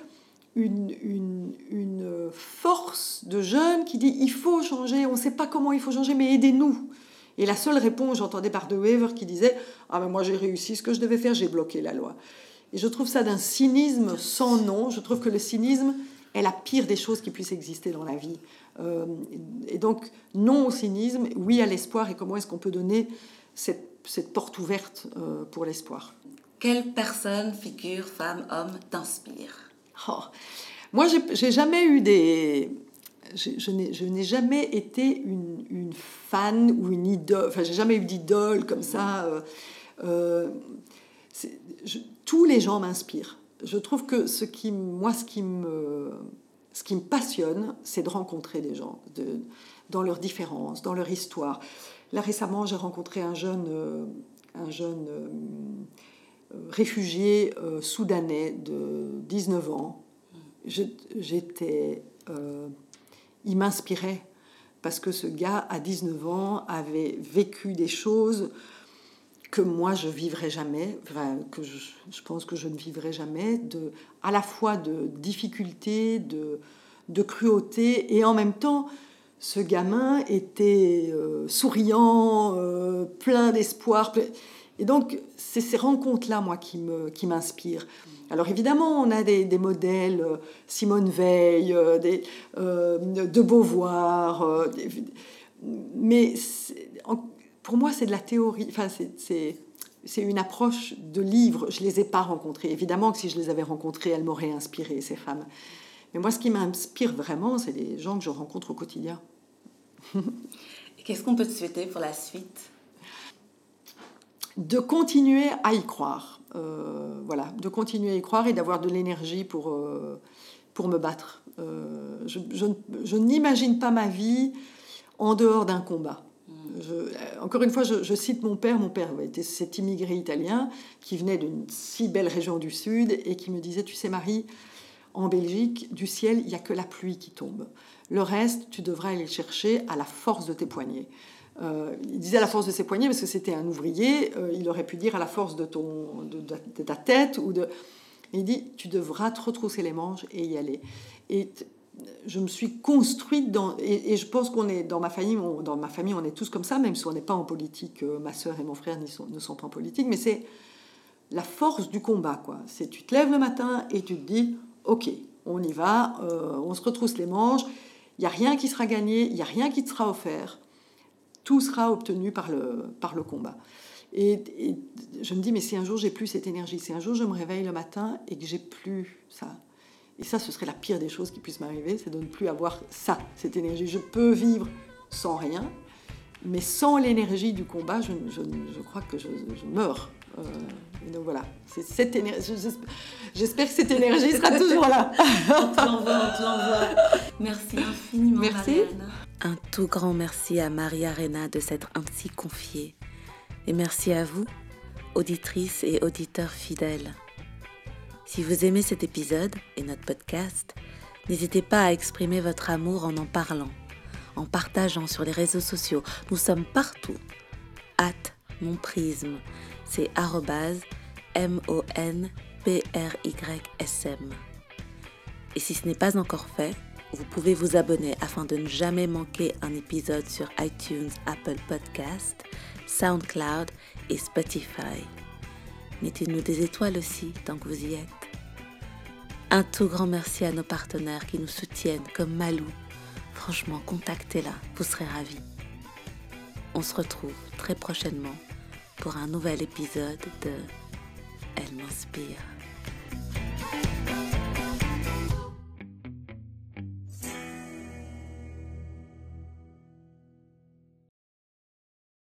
S3: une force de jeunes qui dit il faut changer, on ne sait pas comment il faut changer, mais aidez-nous. Et la seule réponse, j'entendais par De Wever qui disait ah ben moi j'ai réussi ce que je devais faire, j'ai bloqué la loi. Et je trouve ça d'un cynisme sans nom. Je trouve que le cynisme est la pire des choses qui puissent exister dans la vie. Et donc non au cynisme, oui à l'espoir. Et comment est-ce qu'on peut donner cette porte ouverte pour l'espoir ?
S4: Quelle personne, figure, femme, homme t'inspire ?
S3: Moi, j'ai jamais eu je n'ai jamais été une fan ou une idole. Enfin, j'ai jamais eu d'idole comme ça. Tous les gens m'inspirent. Je trouve que ce qui me passionne, c'est de rencontrer des gens, dans leurs différences, dans leur histoire. Là, récemment, j'ai rencontré un jeune réfugié soudanais de 19 ans. Il m'inspirait parce que ce gars, à 19 ans, avait vécu des choses que moi je vivrai jamais, enfin, que je pense que je ne vivrai jamais, à la fois de difficultés, de cruauté, et en même temps, ce gamin était souriant, plein d'espoir. Et donc, c'est ces rencontres-là, moi, qui m'inspirent. Alors évidemment, on a des modèles, Simone Veil, de Beauvoir, mais pour moi, c'est de la théorie. Enfin, c'est une approche de livre. Je les ai pas rencontrées. Évidemment que si je les avais rencontrées, elles m'auraient inspiré, ces femmes. Mais moi, ce qui m'inspire vraiment, c'est les gens que je rencontre au quotidien.
S4: Et qu'est-ce qu'on peut te souhaiter pour la suite ?
S3: De continuer à y croire. Voilà, de continuer à y croire et d'avoir de l'énergie pour me battre. Je n'imagine pas ma vie en dehors d'un combat. Encore une fois, je cite mon père. Mon père était cet immigré italien qui venait d'une si belle région du Sud et qui me disait, tu sais Marie, en Belgique, du ciel, il n'y a que la pluie qui tombe. Le reste, tu devras aller le chercher à la force de tes poignets. Il disait à la force de ses poignets parce que c'était un ouvrier. Il aurait pu dire à la force de ta tête. Et il dit, tu devras te retrousser les manches et y aller. Et je me suis construite et je pense qu'on est dans ma famille, on est tous comme ça, même si on n'est pas en politique. Ma sœur et mon frère ne sont pas en politique, mais c'est la force du combat, quoi. C'est tu te lèves le matin et tu te dis, ok, on y va, on se retrousse les manches. Il n'y a rien qui sera gagné, il n'y a rien qui te sera offert. Tout sera obtenu par le combat. Et je me dis, mais si un jour j'ai plus cette énergie, si un jour je me réveille le matin et que j'ai plus ça, et ça, ce serait la pire des choses qui puissent m'arriver, c'est de ne plus avoir ça, cette énergie. Je peux vivre sans rien, mais sans l'énergie du combat, je crois que je meurs. Et donc voilà, c'est cette énergie. J'espère que cette énergie sera toujours là.
S4: On te l'envoie. Merci infiniment,
S3: merci.
S4: Marianne.
S2: Un tout grand merci à Maria Arena de s'être ainsi confiée. Et merci à vous, auditrices et auditeurs fidèles. Si vous aimez cet épisode et notre podcast, n'hésitez pas à exprimer votre amour en parlant, en partageant sur les réseaux sociaux. Nous sommes partout. @monprisme, c'est @MONPRYSM. Et si ce n'est pas encore fait, vous pouvez vous abonner afin de ne jamais manquer un épisode sur iTunes, Apple Podcasts, SoundCloud et Spotify. Mettez-nous des étoiles aussi tant que vous y êtes. Un tout grand merci à nos partenaires qui nous soutiennent comme Malou. Franchement, contactez-la, vous serez ravis. On se retrouve très prochainement pour un nouvel épisode de Elle m'inspire.